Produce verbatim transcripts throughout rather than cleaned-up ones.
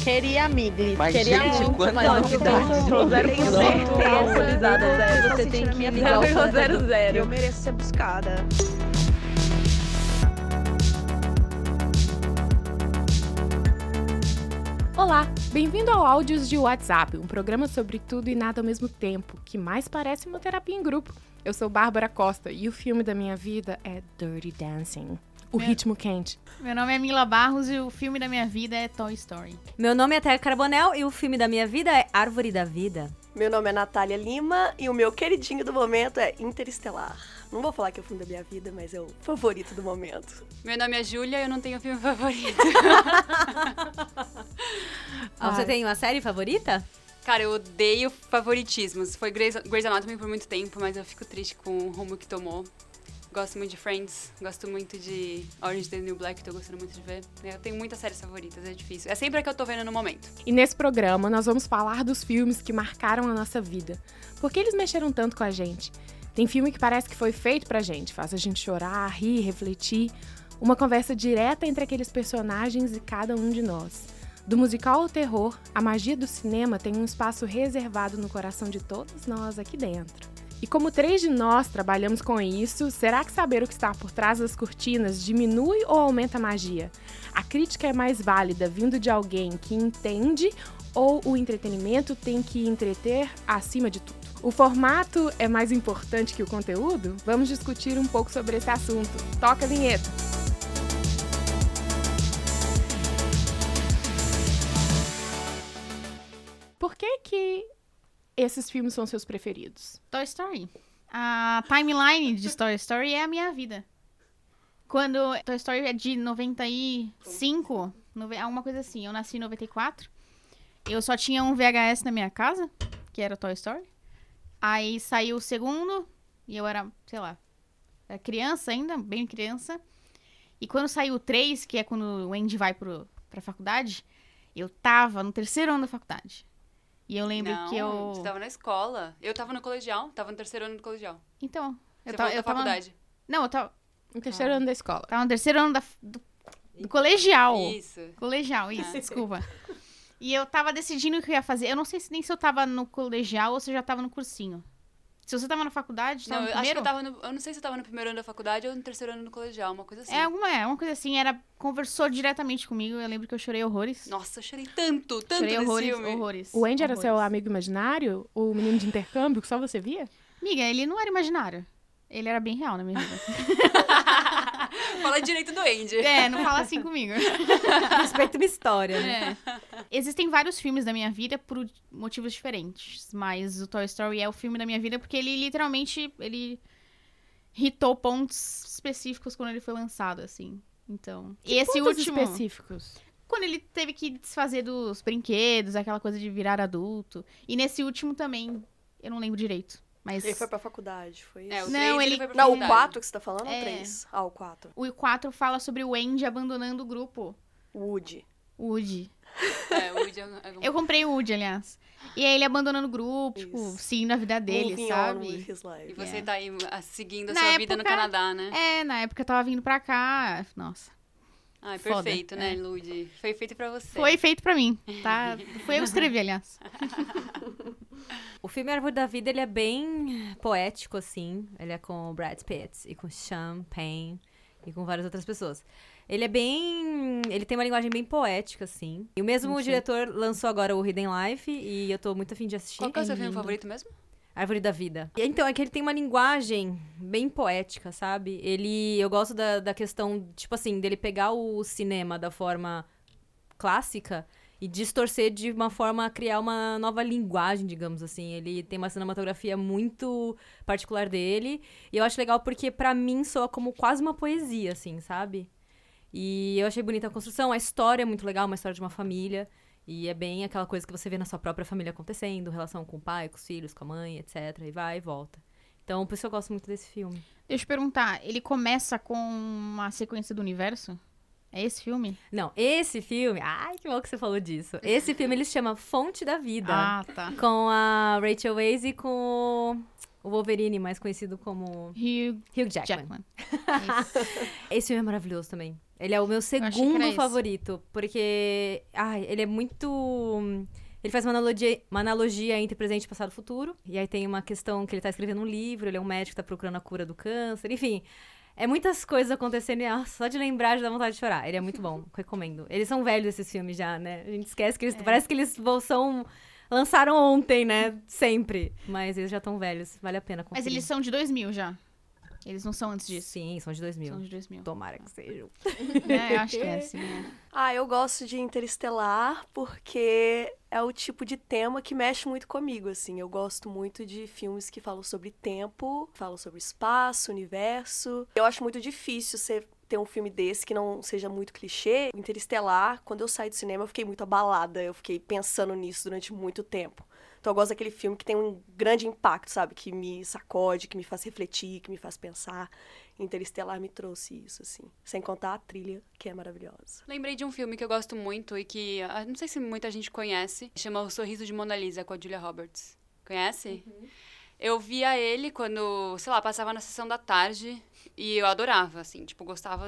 Queria amiga. Mas, Queria gente, muito, quanto mas não não dá. zero por cento alcoolizada, Zé. Você tem que ligar o zero zero. Eu mereço ser buscada. Olá, bem-vindo ao Áudios de WhatsApp, um programa sobre tudo e nada ao mesmo tempo, que mais parece uma terapia em grupo. Eu sou Bárbara Costa e o filme da minha vida é Dirty Dancing, o Meu... ritmo quente. Meu nome é Mila Barros e o filme da minha vida é Toy Story. Meu nome é Teca Carbonel e o filme da minha vida é Árvore da Vida. Meu nome é Natália Lima e o meu queridinho do momento é Interestelar. Não vou falar que é o filme da minha vida, mas é o favorito do momento. Meu nome é Júlia e eu não tenho filme favorito. Ah, você tem uma série favorita? Cara, eu odeio favoritismos. Foi Grey's, Grey's Anatomy por muito tempo, mas eu fico triste com o rumo que tomou. Gosto muito de Friends, gosto muito de Orange is the New Black, tô gostando muito de ver. Eu tenho muitas séries favoritas, é difícil. É sempre a que eu tô vendo no momento. E nesse programa nós vamos falar dos filmes que marcaram a nossa vida. Por que eles mexeram tanto com a gente? Tem filme que parece que foi feito pra gente, faz a gente chorar, rir, refletir. Uma conversa direta entre aqueles personagens e cada um de nós. Do musical ao terror, a magia do cinema tem um espaço reservado no coração de todos nós aqui dentro. E como três de nós trabalhamos com isso, será que saber o que está por trás das cortinas diminui ou aumenta a magia? A crítica é mais válida vindo de alguém que entende ou o entretenimento tem que entreter acima de tudo? O formato é mais importante que o conteúdo? Vamos discutir um pouco sobre esse assunto. Toca a vinheta! Por que que esses filmes são seus preferidos? Toy Story. A timeline de Toy Story é a minha vida. Quando Toy Story é de noventa e cinco, alguma coisa assim, eu nasci em noventa e quatro, eu só tinha um V H S na minha casa, que era Toy Story. Aí saiu o segundo, e eu era, sei lá, era criança ainda, bem criança. E quando saiu o três, que é quando o Andy vai pro, pra faculdade, eu tava no terceiro ano da faculdade. E eu lembro não, que eu... você tava na escola. Eu tava no colegial, tava no terceiro ano do colegial. Então, eu você tava... Você eu tava faculdade. Não, eu tava... No terceiro ah. ano da escola. Tava no terceiro ano da, do, do colegial. Isso. Colegial, isso, ah. desculpa. E eu tava decidindo o que eu ia fazer. Eu não sei se nem se eu tava no colegial ou se eu já tava no cursinho. Se você tava na faculdade, tava não, no eu primeiro? Acho que eu tava no... Eu não sei se eu tava no primeiro ano da faculdade ou no terceiro ano do colegial, uma coisa assim. É, alguma, é, uma coisa assim. Era, conversou diretamente comigo. Eu lembro que eu chorei horrores. Nossa, eu chorei tanto, tanto chorei nesse horrores, filme. horrores. O Andy horrores. era seu amigo imaginário? O menino de intercâmbio que só você via? Amiga, ele não era imaginário. Ele era bem real na minha vida. Fala direito do Andy. É, não fala assim comigo. Respeita uma história, né? É. Existem vários filmes da minha vida por motivos diferentes. Mas o Toy Story é o filme da minha vida porque ele literalmente, ele hitou pontos específicos quando ele foi lançado, assim. Então, que esse pontos último específicos? Quando ele teve que desfazer dos brinquedos, aquela coisa de virar adulto. E nesse último também, eu não lembro direito. Mas... Ele foi pra faculdade, foi isso? É, o não, ele... ele foi pra Não, faculdade. o quatro que você tá falando é. ou o três? Ah, o quatro. O quatro fala sobre o Andy abandonando o grupo. Woody. Woody. É, o Woody é... Eu comprei o Woody, aliás. E aí ele abandonando o grupo, Isso. tipo, seguindo a vida dele, Moving sabe? on with his life. E você É. tá aí ah, seguindo a Na sua época, vida no Canadá, né? É, na época eu tava vindo pra cá. Nossa. Ai, foda, perfeito, né, é. Ludi? Foi feito pra você. Foi feito pra mim, tá? Foi eu que escrevi, aliás. O filme Árvore da Vida, ele é bem poético, assim. Ele é com o Brad Pitt e com Sean Penn e com várias outras pessoas. Ele é bem... Ele tem uma linguagem bem poética, assim. E o mesmo Sim. diretor lançou agora o Hidden Life e eu tô muito afim de assistir. Qual que é o seu É filme lindo. favorito mesmo? Árvore da Vida. E, então, é que ele tem uma linguagem bem poética, sabe? Ele... Eu gosto da, da questão, tipo assim, dele pegar o cinema da forma clássica e distorcer de uma forma a criar uma nova linguagem, digamos assim. Ele tem uma cinematografia muito particular dele. E eu acho legal porque, pra mim, soa como quase uma poesia, assim, sabe? E eu achei bonita a construção. A história é muito legal, uma história de uma família. E é bem aquela coisa que você vê na sua própria família acontecendo, relação com o pai, com os filhos, com a mãe, etcétera. E vai e volta. Então, por isso eu gosto muito desse filme. Deixa eu te perguntar, ele começa com uma sequência do universo? É esse filme? Não, esse filme... Ai, que bom que você falou disso. Esse filme, ele se chama Fonte da Vida. Ah, tá. Com a Rachel Weisz e com o Wolverine, mais conhecido como Hugh, Hugh Jackman. Jackman. Esse filme é maravilhoso também. Ele é o meu achei que era segundo esse. favorito, porque ai, ele é muito... Ele faz uma analogia, uma analogia entre presente, passado e futuro. E aí tem uma questão que ele tá escrevendo um livro, ele é um médico que tá procurando a cura do câncer, enfim... É muitas coisas acontecendo e ah, só de lembrar já dá vontade de chorar. Ele é muito bom, recomendo. Eles são velhos, esses filmes já, né? A gente esquece que eles... É. Parece que eles são... Lançaram ontem, né? Sempre. Mas eles já estão velhos, vale a pena conferir. Mas eles são de dois mil já. Eles não são antes disso. Sim, são de dois mil. São de dois mil. Tomara que sejam. É, eu acho que é assim, né? Ah, eu gosto de Interestelar porque é o tipo de tema que mexe muito comigo, assim. Eu gosto muito de filmes que falam sobre tempo, falam sobre espaço, universo. Eu acho muito difícil você ter um filme desse que não seja muito clichê. Interestelar, quando eu saí do cinema, eu fiquei muito abalada. Eu fiquei pensando nisso durante muito tempo. Então eu gosto daquele filme que tem um grande impacto, sabe? Que me sacode, que me faz refletir, que me faz pensar. Interestelar me trouxe isso, assim. Sem contar a trilha, que é maravilhosa. Lembrei de um filme que eu gosto muito e que, ah, não sei se muita gente conhece, chama O Sorriso de Mona Lisa, com a Julia Roberts. Conhece? Uhum. Eu via ele quando, sei lá, passava na sessão da tarde e eu adorava, assim, tipo, gostava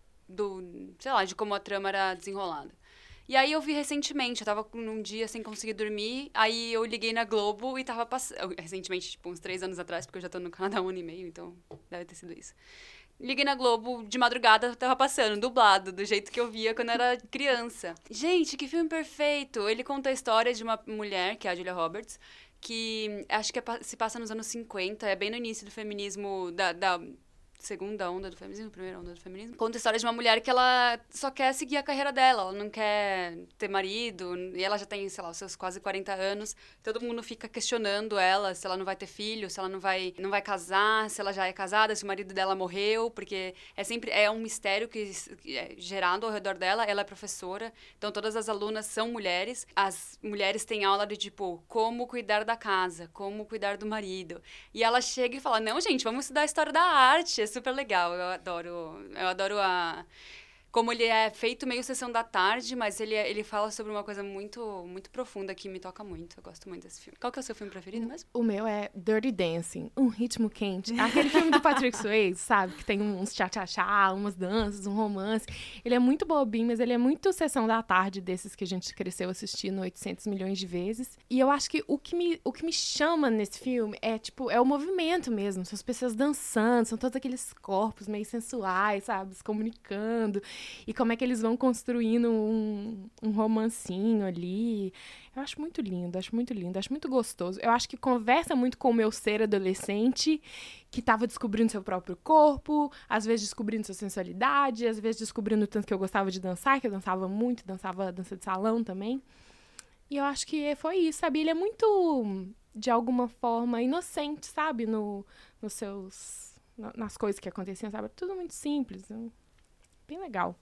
do, sei lá, de como a trama era desenrolada. E aí eu vi recentemente, eu tava num dia sem conseguir dormir, aí eu liguei na Globo e tava passando... Recentemente, tipo, uns três anos atrás, porque eu já tô no Canadá há um ano e meio, então deve ter sido isso. Liguei na Globo, de madrugada, tava passando, dublado, do jeito que eu via quando eu era criança. Gente, que filme perfeito! Ele conta a história de uma mulher, que é a Julia Roberts, que acho que é, se passa nos anos cinquenta, é bem no início do feminismo, da... da segunda onda do feminismo, primeira onda do feminismo. Conta a história de uma mulher que ela só quer seguir a carreira dela, ela não quer ter marido, e ela já tem, sei lá, os seus quase quarenta anos. Todo mundo fica questionando ela se ela não vai ter filho, se ela não vai, não vai casar, se ela já é casada, se o marido dela morreu, porque é sempre é um mistério que, que é gerado ao redor dela. Ela é professora, então todas as alunas são mulheres. As mulheres têm aula de, tipo, como cuidar da casa, como cuidar do marido. E ela chega e fala, não, gente, vamos estudar a história da arte, é super legal, eu adoro, eu adoro a... Como ele é feito meio sessão da tarde, mas ele, ele fala sobre uma coisa muito, muito profunda que me toca muito. Eu gosto muito desse filme. Qual que é o seu filme preferido mesmo? O meu é Dirty Dancing, Um Ritmo Quente. Aquele filme do Patrick Swayze, sabe? Que tem uns tchá-tchá-tchá, umas danças, um romance. Ele é muito bobinho, mas ele é muito sessão da tarde, desses que a gente cresceu assistindo oitocentos milhões de vezes. E eu acho que o que me, o que me chama nesse filme é, tipo, é o movimento mesmo. São as pessoas dançando, são todos aqueles corpos meio sensuais, sabe? Se comunicando. E como é que eles vão construindo um, um romancinho ali. Eu acho muito lindo, acho muito lindo, acho muito gostoso. Eu acho que conversa muito com o meu ser adolescente, que estava descobrindo seu próprio corpo, às vezes descobrindo sua sensualidade, às vezes descobrindo o tanto que eu gostava de dançar, que eu dançava muito, dançava dança de salão também. E eu acho que foi isso, sabe? Ele é muito, de alguma forma, inocente, sabe? No, nos seus, nas coisas que aconteciam, sabe? Tudo muito simples, bem legal.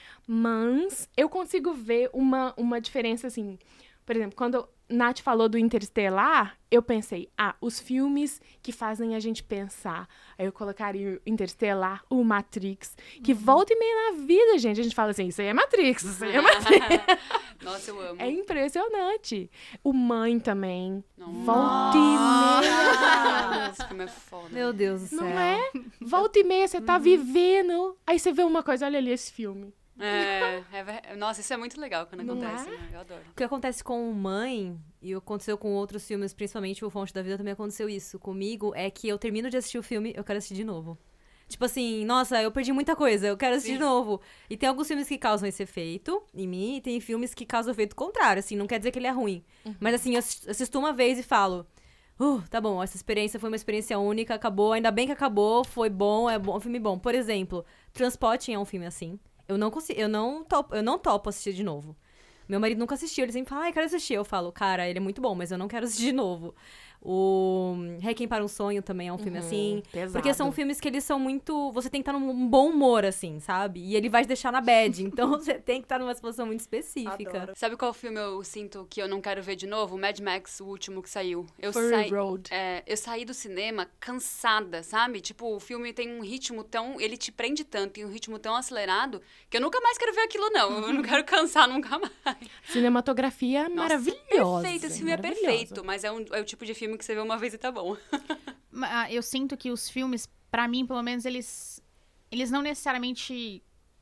Mas eu consigo ver uma, uma diferença, assim... Por exemplo, quando Nath falou do Interestelar, eu pensei, ah, os filmes que fazem a gente pensar. Aí eu colocaria o Interestelar, o Matrix, que uhum. volta e meia na vida, gente. A gente fala assim, isso aí é Matrix, isso aí é Matrix. Nossa, eu amo. É impressionante. O Mãe também. Não. Volta e meia. Esse filme é foda. Meu Deus do céu. Não é? Volta e meia, você tá uhum. vivendo. Aí você vê uma coisa, olha ali esse filme. É, é, nossa, isso é muito legal quando Não acontece, é? né? Eu adoro. O que acontece com Mãe, e aconteceu com outros filmes, principalmente O Fonte da Vida, também aconteceu isso comigo, é que eu termino de assistir o filme, eu quero assistir de novo. Tipo assim, nossa, eu perdi muita coisa, eu quero assistir Sim. de novo. E tem alguns filmes que causam esse efeito em mim, e tem filmes que causam o efeito contrário, assim, não quer dizer que ele é ruim. Uhum. Mas assim, eu assisto uma vez e falo... Uh, tá bom, essa experiência foi uma experiência única, acabou, ainda bem que acabou, foi bom, é bom, um filme bom. Por exemplo, Transporting é um filme assim. Eu não consigo, eu não topo, eu não topo assistir de novo. Meu marido nunca assistiu, ele sempre fala, ai, quero assistir. Eu falo, cara, ele é muito bom, mas eu não quero assistir de novo. O Requiem para um Sonho também é um filme uhum, assim. Pesado. Porque são filmes que eles são muito... Você tem que estar num bom humor, assim, sabe? E ele vai te deixar na bad. Então você tem que estar numa situação muito específica. Adoro. Sabe qual filme eu sinto que eu não quero ver de novo? Mad Max, o último que saiu. Eu Fury saí, Road. É, eu saí do cinema cansada, sabe? Tipo, o filme tem um ritmo tão... Ele te prende tanto, tem um ritmo tão acelerado, que eu nunca mais quero ver aquilo, não. Eu não quero cansar nunca mais. Cinematografia Nossa, maravilhosa. Perfeito, esse filme é perfeito. Mas é, um, é o tipo de filme que você vê uma vez e tá bom. Eu sinto que os filmes, pra mim, pelo menos, eles... Eles não necessariamente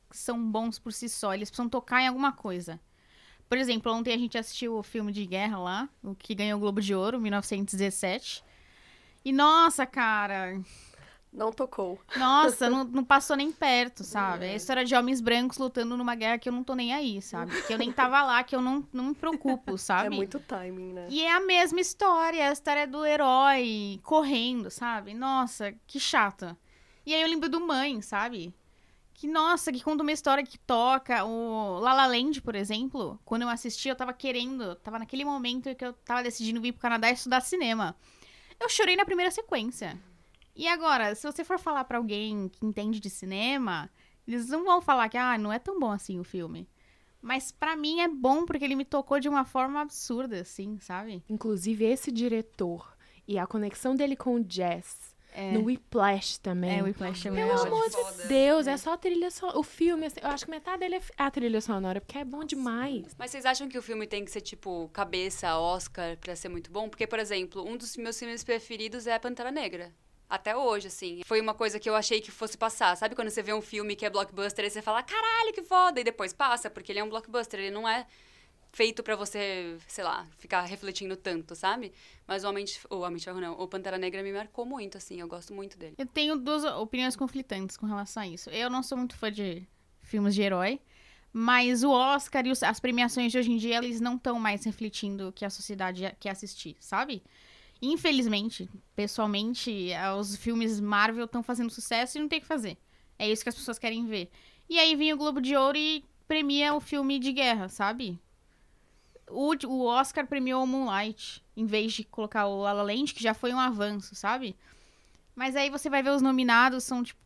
são bons por si só, eles precisam tocar em alguma coisa. Por exemplo, ontem a gente assistiu o filme de guerra lá, o que ganhou o Globo de Ouro, mil novecentos e dezessete. E, nossa, cara... Não tocou. Nossa, não, não passou nem perto, sabe? É a história de homens brancos lutando numa guerra que eu não tô nem aí, sabe? Que eu nem tava lá, que eu não, não me preocupo, sabe? É muito timing, né? E é a mesma história, a história do herói correndo, sabe? Nossa, que chata. E aí eu lembro do Mãe, sabe? Que, nossa, que conta uma história que toca. O La La Land, por exemplo, quando eu assisti, eu tava querendo, tava naquele momento que eu tava decidindo vir pro Canadá e estudar cinema. Eu chorei na primeira sequência. E agora, se você for falar pra alguém que entende de cinema, eles não vão falar que, ah, não é tão bom assim o filme. Mas pra mim é bom porque ele me tocou de uma forma absurda, assim, sabe? Inclusive, esse diretor e a conexão dele com o jazz, É. no Whiplash também. É, o Whiplash também. Pelo é amor ótimo. de Deus, é só a trilha sonora. O filme, assim, eu acho que metade dele é a trilha sonora, porque é bom demais. Mas vocês acham que o filme tem que ser, tipo, cabeça, Oscar, pra ser muito bom? Porque, por exemplo, um dos meus filmes preferidos é Pantera Negra. Até hoje, assim. Foi uma coisa que eu achei que fosse passar. Sabe quando você vê um filme que é blockbuster e você fala, caralho, que foda! E depois passa, porque ele é um blockbuster. Ele não é feito pra você, sei lá, ficar refletindo tanto, sabe? Mas o Homem de... O Homem de Ferro, não. O Pantera Negra me marcou muito, assim. Eu gosto muito dele. Eu tenho duas opiniões conflitantes com relação a isso. Eu não sou muito fã de filmes de herói, mas o Oscar e os- as premiações de hoje em dia, eles não estão mais refletindo o que a sociedade quer assistir, sabe? Infelizmente, pessoalmente, eh, os filmes Marvel estão fazendo sucesso e não tem o que fazer. É isso que as pessoas querem ver. E aí vem o Globo de Ouro e premia o filme de guerra, sabe? O, o Oscar premiou o Moonlight, em vez de colocar o La La Land, que já foi um avanço, sabe? Mas aí você vai ver os nominados, são, tipo,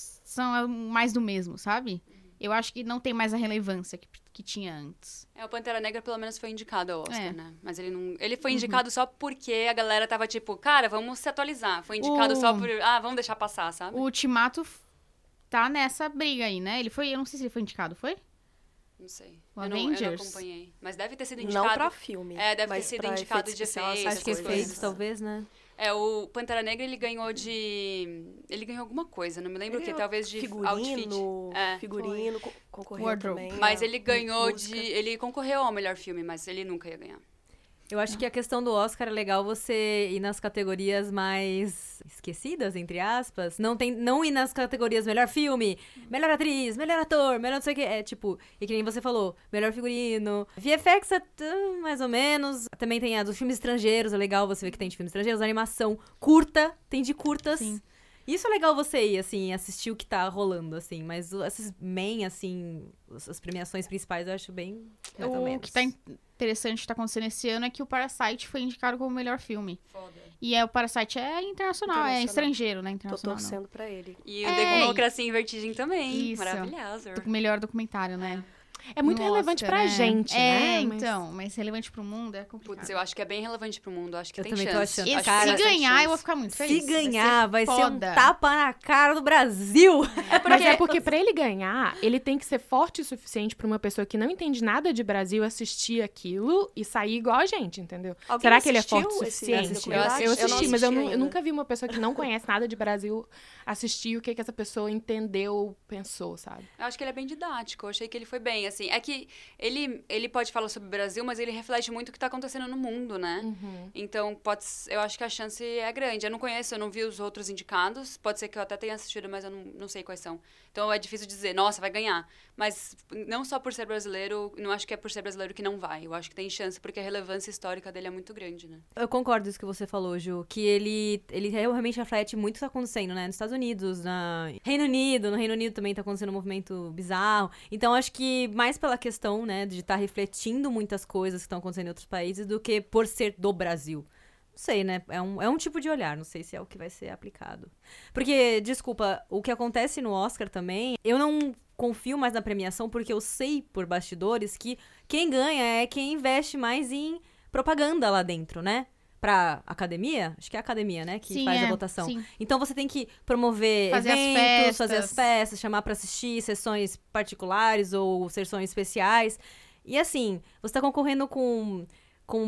são mais do mesmo, sabe? Eu acho que não tem mais a relevância que, que tinha antes. É, o Pantera Negra pelo menos foi indicado ao Oscar, É. né? Mas ele não... Ele foi indicado só porque a galera tava tipo, cara, vamos se atualizar. Foi indicado O- só por... Ah, vamos deixar passar, sabe? O Ultimato f- tá nessa briga aí, né? Ele foi, eu não sei se ele foi indicado, foi? Não sei. O Eu não, eu não Avengers? acompanhei. Mas deve ter sido indicado... Não pra filme. É, deve ter mas sido pra indicado efeitos de especiais, efeitos, Acho que essas efeitos, coisas. talvez, né? É, o Pantera Negra, ele ganhou de... Ele ganhou alguma coisa, não me lembro o que. Ele Talvez de figurino, outfit. É. figurino, co- concorreu Wardrobe. também. Mas a ele ganhou música. de... Ele concorreu ao melhor filme, mas ele nunca ia ganhar. Eu acho que a questão do Oscar é legal você ir nas categorias mais esquecidas, entre aspas. Não, tem, não ir nas categorias melhor filme, melhor atriz, melhor ator, melhor não sei o que. É tipo, e que nem você falou, melhor figurino. V F X é tão mais ou menos. Também tem a dos filmes estrangeiros, é legal você ver que tem de filmes estrangeiros. Animação curta, tem de curtas. Sim. Isso é legal você ir, assim, assistir o que tá rolando, assim. Mas o- esses main, assim, os- as premiações principais eu acho bem mais ou O menos. que tá in- interessante que tá acontecendo esse ano é que o Parasite foi indicado como melhor filme. Foda. E é, o Parasite é internacional, é Internacional. estrangeiro, né? Tô Internacional. não. torcendo pra ele. E o É, Democracia em Vertigem também. Isso. Maravilhoso. Do- Melhor documentário, né? É muito No relevante Oscar, pra né? gente, é, né? É, Mas- então. Mas relevante pro mundo é complicado. Putz, eu acho que é bem relevante pro mundo. Acho que Eu tem também tô chance. achando. E Acho que se tem bastante ganhar, eu chance. vou ficar muito feliz. Se ganhar, vai ser, um foda. tapa na cara do Brasil. Mas é porque pra ele ganhar, ele tem que ser forte o suficiente pra uma pessoa que não entende nada de Brasil assistir aquilo e sair igual a gente, entendeu? Alguém Será que ele é assistiu forte o esse- suficiente? esse documentário? eu Eu assisti, não mas eu, assisti nu- eu ainda. nunca vi uma pessoa que não conhece nada de Brasil assistir o que, que essa pessoa entendeu, pensou, sabe? Eu acho que ele é bem didático. Eu achei que ele foi bem, assim. É que ele, ele pode falar sobre o Brasil, mas ele reflete muito o que tá acontecendo no mundo, né? Uhum. Então, pode, s- eu acho que a chance é grande. Eu não conheço, eu não vi os outros indicados. Pode ser que eu até tenha assistido, mas eu não, não sei quais são. Então, é difícil dizer, nossa, vai ganhar. Mas não só por ser brasileiro, não acho que é por ser brasileiro que não vai. Eu acho que tem chance, porque a relevância histórica dele é muito grande, né? Eu concordo com isso que você falou, Ju, que ele, ele realmente reflete muito o que tá acontecendo, né? Nos Estados Unidos, na Reino Unido, no Reino Unido também tá acontecendo um movimento bizarro. Então, acho que mais pela questão, né, de estar refletindo muitas coisas que estão acontecendo em outros países do que por ser do Brasil. Não sei, né? É um, é um tipo de olhar, não sei se é o que vai ser aplicado. Porque, desculpa, o que acontece no Oscar também, eu não confio mais na premiação porque eu sei por bastidores que quem ganha é quem investe mais em propaganda lá dentro, né? Pra academia, acho que é a academia, né, que Sim, faz é, a votação. sim. Então você tem que promover Fazer as eventos, fazer as festas. festas, chamar pra assistir sessões particulares ou sessões especiais. E assim, você tá concorrendo com, com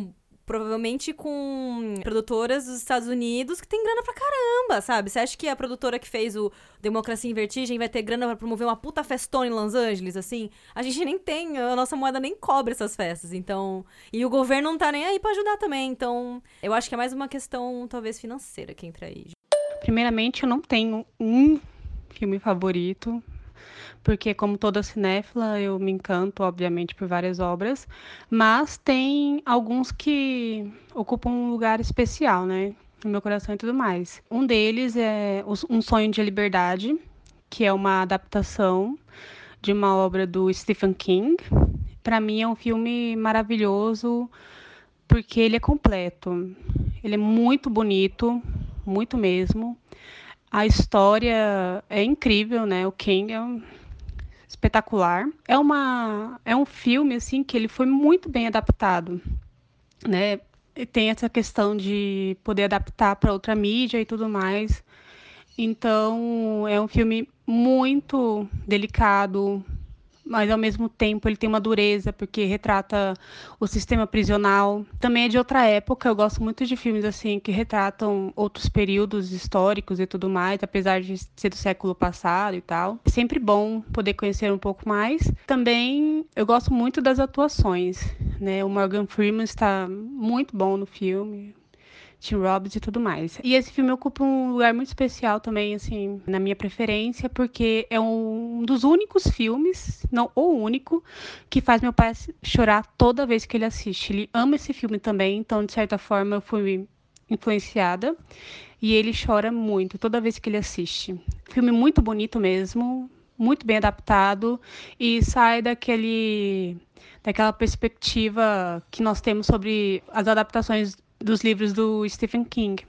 provavelmente com produtoras dos Estados Unidos que tem grana pra caramba, sabe? Você acha que a produtora que fez o Democracia em Vertigem vai ter grana pra promover uma puta festona em Los Angeles, assim? A gente nem tem, a nossa moeda nem cobre essas festas, então... E o governo não tá nem aí pra ajudar também, então... Eu acho que é mais uma questão, talvez, financeira que entra aí. Primeiramente, eu não tenho um filme favorito, porque, como toda cinéfila, eu me encanto, obviamente, por várias obras, mas tem alguns que ocupam um lugar especial, né, no meu coração e tudo mais. Um deles é Um Sonho de Liberdade, que é uma adaptação de uma obra do Stephen King. Para mim, é um filme maravilhoso, porque ele é completo. Ele é muito bonito, muito mesmo. A história é incrível, né? O King é um... espetacular. É, uma, é um filme, assim, que ele foi muito bem adaptado, né? E tem essa questão de poder adaptar para outra mídia e tudo mais. Então, é um filme muito delicado, mas, ao mesmo tempo, ele tem uma dureza, porque retrata o sistema prisional. Também é de outra época, eu gosto muito de filmes assim que retratam outros períodos históricos e tudo mais, apesar de ser do século passado e tal. É sempre bom poder conhecer um pouco mais. Também, eu gosto muito das atuações, né? O Morgan Freeman está muito bom no filme. Tim Robbins e tudo mais. E esse filme ocupa um lugar muito especial também, assim, na minha preferência, porque é um dos únicos filmes, não o único, que faz meu pai chorar toda vez que ele assiste. Ele ama esse filme também, então, de certa forma, eu fui influenciada. E ele chora muito toda vez que ele assiste. Filme muito bonito mesmo, muito bem adaptado, e sai daquele, daquela perspectiva que nós temos sobre as adaptações dos livros do Stephen King.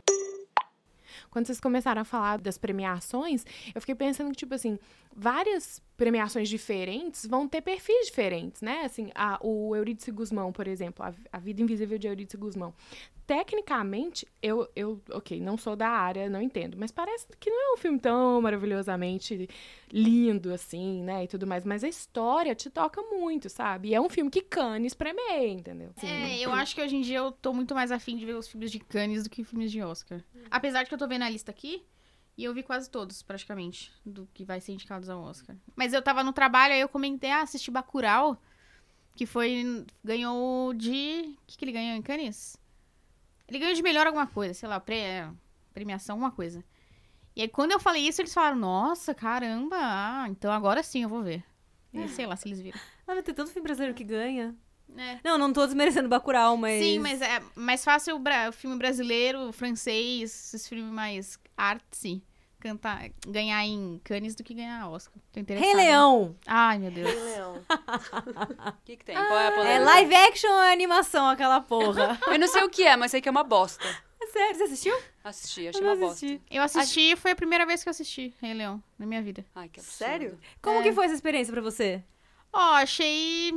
Quando vocês começaram a falar das premiações, eu fiquei pensando que, tipo assim, várias premiações diferentes vão ter perfis diferentes, né? Assim, a, o Eurídice Guzmão, por exemplo, a, a Vida Invisível de Eurídice Guzmão. Tecnicamente, eu, eu, ok, não sou da área, não entendo, mas parece que não é um filme tão maravilhosamente lindo, assim, né, e tudo mais, mas a história te toca muito, sabe? E é um filme que Cannes premia, entendeu? Assim, é, eu acho que hoje em dia eu tô muito mais afim de ver os filmes de Cannes do que filmes de Oscar. Hum. Apesar de que eu tô vendo a lista aqui, e eu vi quase todos, praticamente, do que vai ser indicados ao Oscar. Mas eu tava no trabalho, aí eu comentei, ah, assisti Bacurau, que foi, ganhou de... O que que ele ganhou em Cannes? Ele ganhou de melhor alguma coisa, sei lá, pre... premiação, alguma coisa. E aí, quando eu falei isso, eles falaram, nossa, caramba, ah, então agora sim eu vou ver. E sei lá se eles viram. Ah, mas tem tanto filme brasileiro que ganha. É. Não, não tô desmerecendo Bacurau, mas... Sim, mas é mais fácil o, bra... o filme brasileiro, francês, esses filmes mais artsy, cantar, ganhar em Cannes do que ganhar Oscar. Tô interessada. Rei Leão! Ai, meu Deus. Rei Leão. O que que tem? Qual é a É polêmica? live action ou é animação, aquela porra? Eu não sei o que é, mas sei que é uma bosta. É sério, você assistiu? Assisti, achei Eu não uma bosta. assisti. Eu assisti, foi a primeira vez que eu assisti Rei Leão, na minha vida. Ai, que absurdo. Sério? Como É. que foi essa experiência pra você? Ó, achei...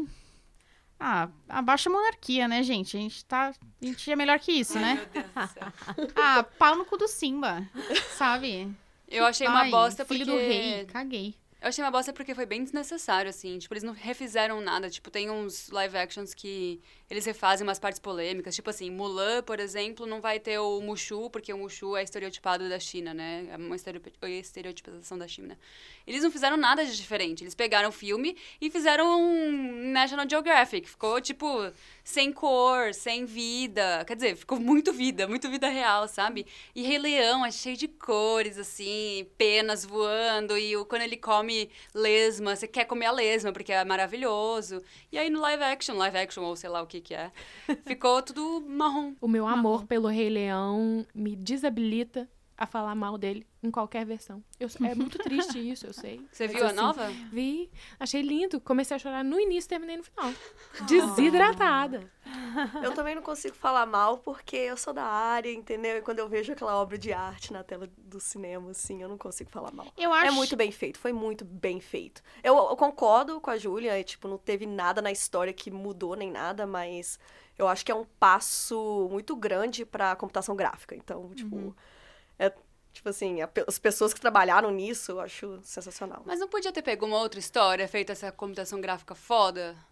Ah, abaixa a monarquia, né, gente? A gente tá... A gente é melhor que isso, Ai, né? meu Deus do céu. Ah, pau no cu do Simba, sabe? Eu achei uma Ai, bosta filho porque... do rei, caguei. Eu achei uma bosta porque foi bem desnecessário, assim. Tipo, eles não refizeram nada. Tipo, tem uns live actions que eles refazem umas partes polêmicas. Tipo assim, Mulan, por exemplo, não vai ter o Mushu, porque o Mushu é estereotipado da China, né? É uma estereotipização da China. Eles não fizeram nada de diferente. Eles pegaram o filme e fizeram um National Geographic. Ficou, tipo, sem cor, sem vida. Quer dizer, ficou muito vida, muito vida real, sabe? E Rei Leão é cheio de cores, assim, penas voando. E o, quando ele come lesma, você quer comer a lesma, porque é maravilhoso. E aí no live action, live action ou sei lá o que que é, ficou tudo marrom. O meu amor Marrom. pelo Rei Leão me desabilita a falar mal dele em qualquer versão. Eu, é muito triste isso, eu sei. Você Mas, viu a assim, nova? Vi, achei lindo. Comecei a chorar no início e terminei no final. Desidratada. Eu também não consigo falar mal porque eu sou da área, entendeu? E quando eu vejo aquela obra de arte na tela do cinema, assim, eu não consigo falar mal. Eu acho... É muito bem feito, foi muito bem feito. Eu, eu concordo com a Júlia, e, tipo, não teve nada na história que mudou nem nada, mas eu acho que é um passo muito grande pra computação gráfica. Então, tipo, Uhum. é, tipo assim, a, as pessoas que trabalharam nisso, eu acho sensacional. Mas não podia ter pego uma outra história, feito essa computação gráfica foda?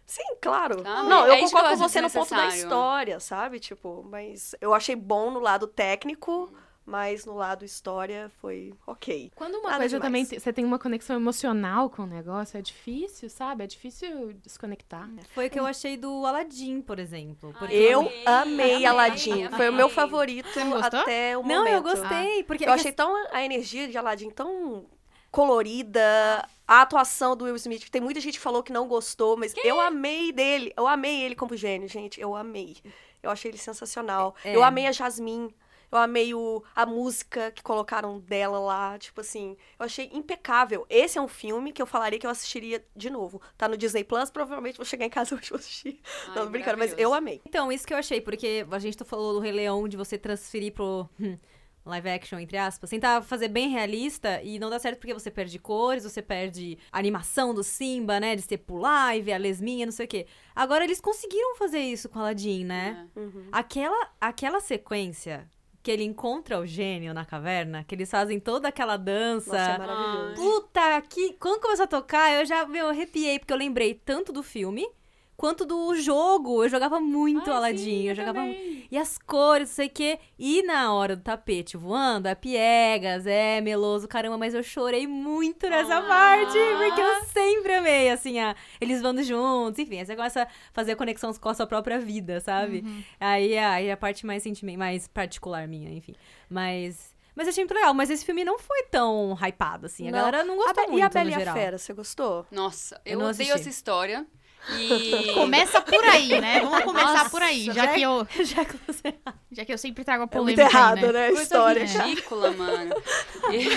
Sim, claro. Tá, não, é eu isso que eu concordo com acho você no ponto da desnecessário. história, sabe? Tipo, mas eu achei bom no lado técnico, mas no lado história foi ok. Quando uma Nada coisa demais. também, te- você tem uma conexão emocional com o negócio, é difícil, sabe? É difícil desconectar. Foi o que eu achei do Aladdin, por exemplo. Porque Eu amei, amei amei, Aladdin. amei. Foi o meu favorito Você não gostou? até o Não, momento. eu gostei. Porque Eu achei tão a energia de Aladdin tão colorida, a atuação do Will Smith, que tem muita gente que falou que não gostou, mas eu amei dele. Eu amei ele como gênio, gente. Eu amei. Eu achei ele sensacional. É. Eu amei a Jasmine. Eu amei o, a música que colocaram dela lá. Tipo assim, eu achei impecável. Esse é um filme que eu falaria que eu assistiria de novo. Tá no Disney Plus, provavelmente vou chegar em casa hoje e vou assistir. Ai, não, tô brincando, mas maravilhoso. eu amei. Então, isso que eu achei, porque a gente falou do Rei Leão, de você transferir pro hum, live action, entre aspas, tentar fazer bem realista e não dá certo porque você perde cores, você perde a animação do Simba, né, de você pular e ver a lesminha, não sei o quê. Agora, eles conseguiram fazer isso com Aladdin, né? É. Uhum. Aquela, aquela sequência que ele encontra o gênio na caverna, que eles fazem toda aquela dança... Nossa, é maravilhoso. Puta, que... Quando começou a tocar, eu já, meu, arrepiei, porque eu lembrei tanto do filme, quanto do jogo. Eu jogava muito Ai, Aladdin, sim, eu jogava... também. E as cores, não sei o quê. E na hora do tapete voando, é piegas, é meloso, caramba, mas eu chorei muito nessa Ah. parte, porque eu sempre amei, assim, a, eles voando juntos, enfim, aí você começa a fazer a conexão com a sua própria vida, sabe? Uhum. Aí, aí a parte mais sentimento, mais particular minha, enfim. Mas... Mas eu achei muito legal, mas esse filme não foi tão hypado, assim. A Não. galera não A gostou Be- muito, E a Bela no e a geral. Fera, você gostou? Nossa, Eu eu, não odeio assisti. essa história. E... Começa por aí, né? Vamos começar Nossa, por aí, já, já- que eu, Já que você... já que eu sempre trago a É muito polêmica errado, aí, né? né? A Coisa história. ridícula, mano. E...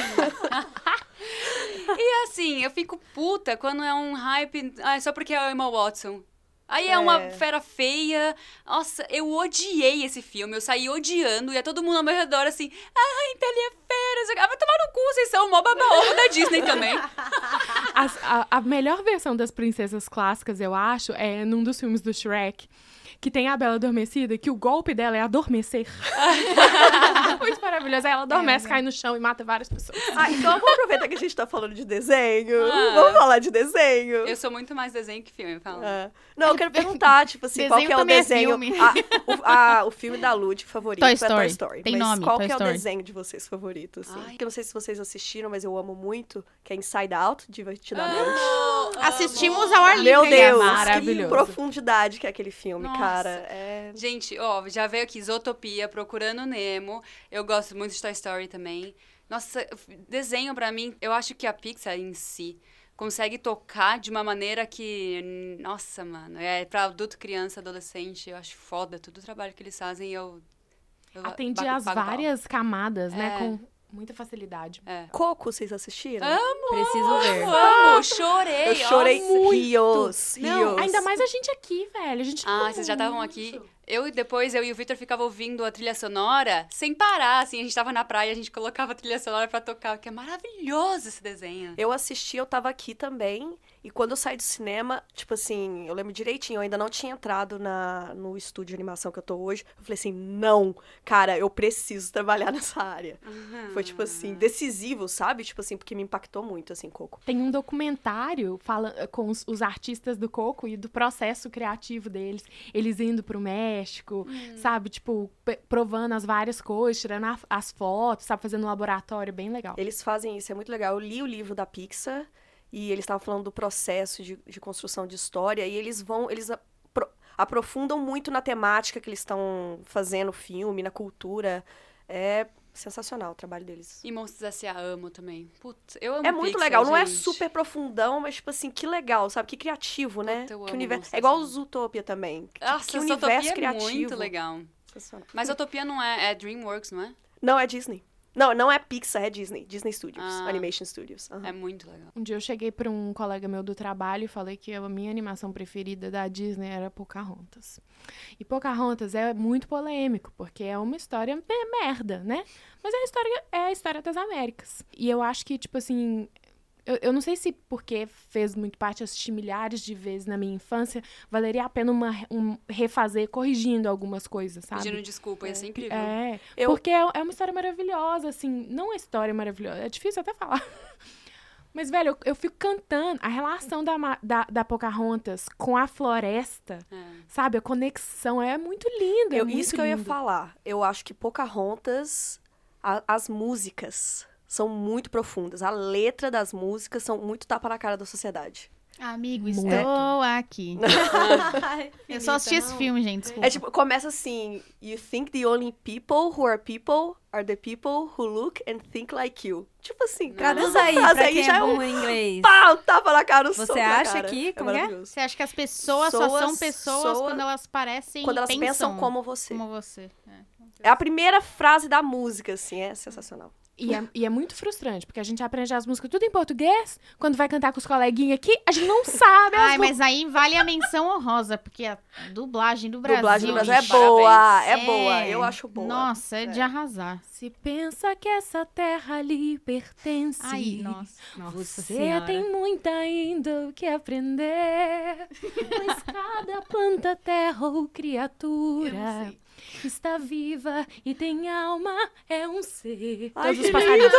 e assim, eu fico puta quando é um hype. Ah, só porque é a Emma Watson. Aí é, É. uma fera feia. Nossa, eu odiei esse filme. Eu saí odiando. E é todo mundo ao meu redor assim. Ai, Bela e a Fera. Ah, vai tomar no cu, vocês são mó baba-ovo da Disney também. As- a, a melhor versão das princesas clássicas, eu acho, é num dos filmes do Shrek, que tem a Bela Adormecida, que o golpe dela é adormecer. Muito maravilhoso. Aí ela adormece, cai no chão e mata várias pessoas. Ah, então vamos aproveitar que a gente tá falando de desenho. Ah. Vamos falar de desenho. Eu sou muito mais desenho que filme, fala. É. Não, eu quero perguntar, tipo assim, qual Desenho que é o também é desenho... filme. Ah, o, ah, o filme da Lud favorito Toy é Story. Toy Story. Tem mas nome, qual Toy que é o Story. desenho de vocês favorito, assim? Ai. Que eu não sei se vocês assistiram, mas eu amo muito, que é Inside Out, divertidamente. Assistimos ao ar livre. Meu hein? Deus, maravilhoso. que profundidade que é aquele filme, Nossa. cara. É... Gente, ó, já veio aqui Zootopia, Procurando Nemo. Eu gosto muito de Toy Story também. Nossa, desenho pra mim, eu acho que a Pixar em si consegue tocar de uma maneira que, nossa, mano, é pra adulto, criança, adolescente, eu acho foda todo o trabalho que eles fazem. Eu, eu Atende pago- as pago pau. várias camadas, né? É. Com muita facilidade. É. Coco, vocês assistiram? Preciso ver. Amo, chorei. eu chorei ó, rios, Não, rios. ainda mais a gente aqui, velho. A gente Ah, vocês já estavam aqui. Eu e depois, eu e o Victor ficava ouvindo a trilha sonora sem parar, assim. A gente tava na praia, a gente colocava a trilha sonora pra tocar, que é maravilhoso esse desenho. Eu assisti, eu tava aqui também. E quando eu saí do cinema, tipo assim, eu lembro direitinho, eu ainda não tinha entrado na, no estúdio de animação que eu tô hoje. Eu falei assim, não, cara, eu preciso trabalhar nessa área. Foi, tipo assim, decisivo, sabe? Tipo assim, porque me impactou muito, assim, Coco. Tem um documentário fala, com os, os artistas do Coco e do processo criativo deles. Eles indo pro México, sabe? Tipo, p- provando as várias coisas, tirando a- as fotos, sabe? Fazendo um laboratório bem legal. Eles fazem isso, é muito legal. Eu li o livro da Pixar e eles estavam falando do processo de, de construção de história e eles vão, eles apro- aprofundam muito na temática que eles estão fazendo, o filme, na cultura. É sensacional o trabalho deles. E Monstros S A amo também. Putz, eu amo É muito Pixar, legal, não é gente. super profundão, mas tipo assim, que legal, sabe? Que criativo, né? Puta, eu Que amo universo... Monstros É igual o S A. Zootopia também. Que, Nossa, que essa universo Utopia criativo. é muito legal. Sensacional. Mas Utopia não é, é DreamWorks, não é? Não, é Disney. Não, não é Pixar, é Disney. Disney Studios. Ah. Animation Studios. Aham. É muito legal. Um dia eu cheguei pra um colega meu do trabalho e falei que a minha animação preferida da Disney era Pocahontas. E Pocahontas é muito polêmico, porque é uma história me- merda, né? Mas é a história, é a história das Américas. E eu acho que, tipo assim... Eu, eu não sei se porque fez muito parte, assisti milhares de vezes na minha infância, valeria a pena uma, um refazer, corrigindo algumas coisas, sabe? Pedindo desculpa, ia ser incrível. É, Eu- porque é, é uma história maravilhosa, assim, não uma história maravilhosa, é difícil até falar. Mas, velho, eu, eu fico cantando a relação da, Ma- da, da Pocahontas com a floresta, É. sabe? A conexão é muito linda. é Eu, muito isso que eu ia lindo. falar. Eu acho que Pocahontas, a- as músicas são muito profundas. A letra das músicas são muito tapa na cara da sociedade. Amigo, Muito. estou aqui. Eu só assisti esse filme, gente, desculpa. É tipo, começa assim: You think the only people who are people are the people who look and think like you. Tipo assim, Traduz essa aí, frase pra aí quem já é é um bom em inglês. pá, um tapa na cara, um Você soco na acha cara. que- como é que é? maravilhoso. Você acha que as pessoas só são Pessoas- pessoas soa- quando elas parecem Quando e elas pensam pensam como você. como você. É. É a primeira frase da música, assim, é sensacional. E é, e é muito frustrante, porque a gente aprende as músicas tudo em português. Quando vai cantar com os coleguinhas aqui, a gente não sabe as Ai, mu- mas aí vale a menção honrosa, porque a dublagem do Brasil... Dublagem do Brasil é gente, boa, é é. boa, eu acho boa. Nossa, é de arrasar. Se pensa que essa terra lhe pertence. Ai, nossa. Nossa Você senhora. tem muito ainda o que aprender. Pois cada planta, terra ou criatura está viva e tem alma, é um ser. Ai, Todos os que passarinhos.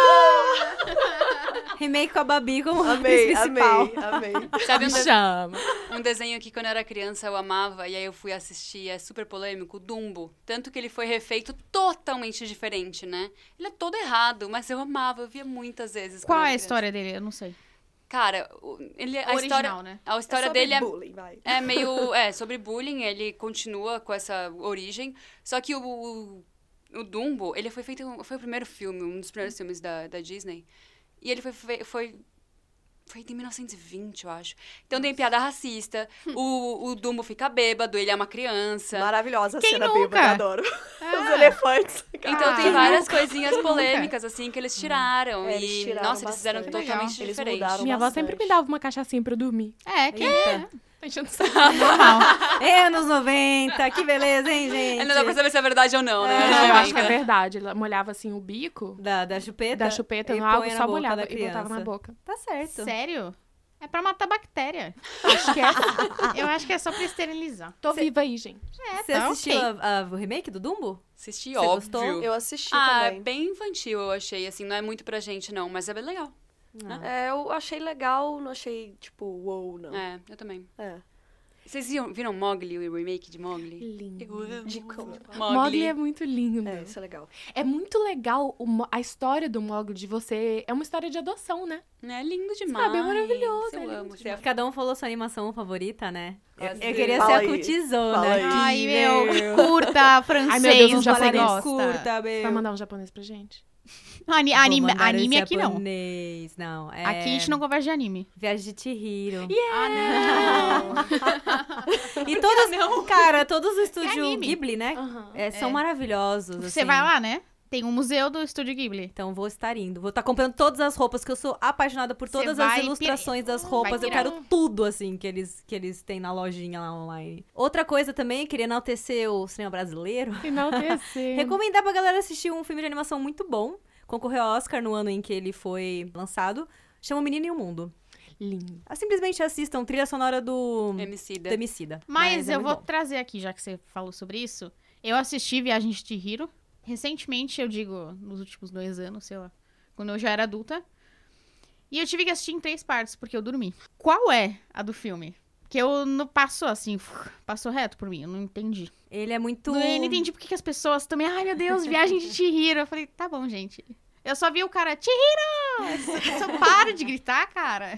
Remake com a Babi como Amei, atriz principal. amei, amei. Sabe um, Me de- chama. um desenho que quando eu era criança eu amava, e aí eu fui assistir, é super polêmico, Dumbo. Tanto que ele foi refeito totalmente diferente, né? Ele é todo errado, mas eu amava, eu via muitas vezes. Qual quando eu é a era criança. história dele? Eu não sei. Cara, o- ele, a Original, história, né? a história É sobre dele é bullying, vai. É meio. É, sobre bullying, ele continua com essa origem. Só que o, o, o Dumbo, ele foi feito. Foi o primeiro filme, um dos primeiros filmes da, da Disney. E ele foi, fe- foi feito em mil novecentos e vinte, eu acho. Então tem piada racista. o, o Dumbo fica bêbado, ele é uma criança. Maravilhosa a Quem cena nunca? bêbada, adoro. Ah. Os elefantes. Então tem Ah. várias coisinhas polêmicas, assim, que eles tiraram. É, eles e, tiraram nossa, eles fizeram bastante. totalmente Eles diferente. mudaram Minha avó bastante. sempre me dava uma cachaçinha pra eu dormir. É, que Eita. Tá enchendo o saco. normal. Anos noventa, que beleza, hein, gente? Não dá pra saber se é verdade ou não, né? É, Não, eu acho que é Ainda. verdade. Ela molhava assim o bico Da, da chupeta? da chupeta e no água, põe na só boca molhava da e botava na criança. boca. Tá certo. Sério? É pra matar bactéria. Acho que é. Eu acho que é só pra esterilizar. Tô viva aí, gente. É, Você tá assistiu ok. a- a- o remake do Dumbo? Assisti, Você óbvio. gostou? Eu assisti Ah, é também. bem infantil, eu achei, assim, não é muito pra gente, não, mas é bem legal. É, eu achei legal, não achei, tipo, wow, não. É, eu também. É. Vocês viram, viram Mowgli, o remake de Mowgli? Lindo. Eu amo De como? Mowgli. Mowgli é muito lindo. É, isso é legal. É muito legal o Mo- a história do Mowgli de você. É uma história de adoção, né? É lindo demais. Sabe, é maravilhoso, Eu é lindo amo. Você é Cada um falou sua animação favorita, né? Eu, Ah, eu sim. queria Fala ser aí. a cutizona. Fala aí. Ai, meu, curta francês, Ai, meu Deus, um você japonês. gosta. Curta, Vai meu. mandar um japonês pra gente? Ani- Vou anime mandar anime esse aqui não. japonês. Não, é... Aqui a gente não conversa de anime. Viagem de Chihiro. Ah, não. E todos, cara, todos os estúdios anime. Ghibli, né? Aham. É, são É. maravilhosos. Você assim. vai lá, né? Tem um museu do Estúdio Ghibli. Então vou estar indo. Vou estar comprando todas as roupas, que eu sou apaixonada por Você todas as vai ilustrações das Vai roupas. Eu pirar. quero tudo, assim, que eles, que eles têm na lojinha lá online. Outra coisa também, queria enaltecer o cinema brasileiro. Enaltecer. Recomendar pra galera assistir um filme de animação muito bom. Concorreu ao Oscar no ano em que ele foi lançado. Chama O Menino e o Mundo. Lindo. Ah, simplesmente assistam trilha sonora do, Emicida. do Emicida. Mas, é eu muito vou bom. trazer aqui, já que você falou sobre isso. Eu assisti Viagem de Chihiro. Recentemente, eu digo, nos últimos dois anos, sei lá. Quando eu já era adulta. E eu tive que assistir em três partes, porque eu dormi. Qual é a do filme? Que eu não passou assim, passou reto por mim, eu não entendi. Ele é muito... Não, eu não entendi porque que as pessoas também, ai meu Deus, Viagem de Chihiro. Eu falei, tá bom, gente. Eu só vi o cara, Chihiro! Só, só para de gritar, cara.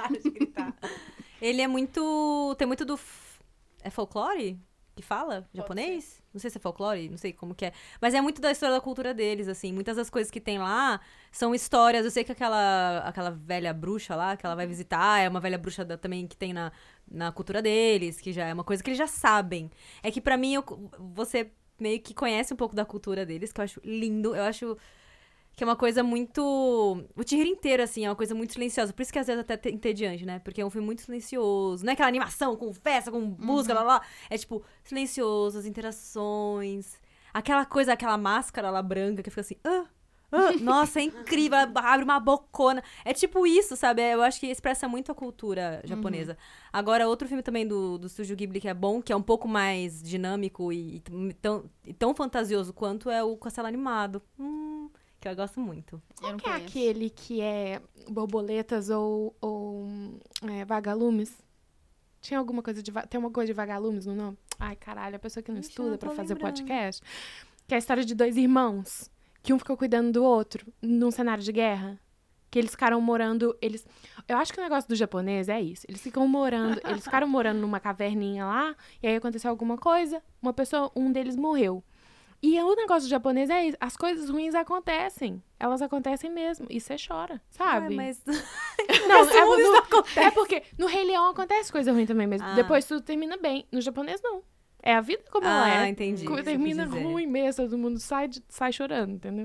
Ele é muito... Tem muito do... f- É folclore que fala? Japonês? Não sei se é folclore, não sei como que é. Mas é muito da história da cultura deles, assim. Muitas das coisas que tem lá são histórias. Eu sei que aquela, aquela velha bruxa lá, que ela vai visitar, é uma velha bruxa da- também que tem na, na cultura deles, que já é uma coisa que eles já sabem. É que pra mim, eu- você meio que conhece um pouco da cultura deles, que eu acho lindo. Eu acho... Que é uma coisa muito... O Chihiro inteiro, assim, é uma coisa muito silenciosa. Por isso que às vezes até é entediante, né? Porque é um filme muito silencioso. Não é aquela animação com festa, com música, blá, blá. É, tipo, silencioso, as interações. Aquela coisa, aquela máscara lá branca que fica assim... Ah, ah, nossa, é incrível. Ela abre uma bocona. É tipo isso, sabe? Eu acho que expressa muito a cultura japonesa. Agora, outro filme também do, do Estúdio Ghibli que é bom, que é um pouco mais dinâmico e, e tão, e tão fantasioso quanto é o Castelo Animado. Hum... que eu gosto muito. Eu não Qual que é conheço. aquele que é borboletas ou, ou é, vagalumes? Tinha alguma coisa de... va- Tem uma coisa de vagalumes no nome? Ai, caralho, a pessoa que não Ixi, eu estuda não pra tô fazer lembrando. podcast. Que é a história de dois irmãos. Que um ficou cuidando do outro num cenário de guerra. Que eles ficaram morando... Eles... Eu acho que o negócio do japonês é isso. Eles ficam morando... Eles ficaram morando numa caverninha lá. E aí aconteceu alguma coisa. Uma pessoa... Um deles morreu. E o negócio do japonês é isso. As coisas ruins acontecem. Elas acontecem mesmo. E você chora, sabe? Ah, mas... Não, é, no- é porque no Rei Leão acontece coisa ruim também, mas Ah. depois tudo termina bem. No japonês, não. É a vida como ela Ah, é. entendi. Co- isso que eu Termina quis dizer. ruim mesmo, todo mundo sai, de- sai chorando, entendeu?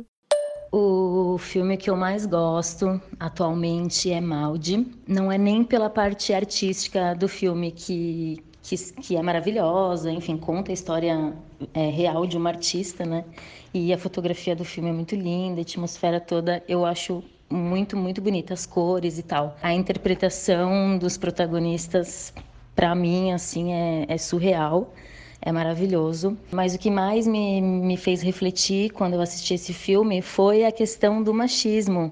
O filme que eu mais gosto atualmente é Maud. Não é nem pela parte artística do filme que, que, que é maravilhosa, enfim, conta a história é, real de uma artista, né? E a fotografia do filme é muito linda, a atmosfera toda eu acho muito, muito bonita, as cores e tal. A interpretação dos protagonistas, pra mim, assim, é, é surreal. É maravilhoso. Mas o que mais me, me fez refletir quando eu assisti esse filme foi a questão do machismo.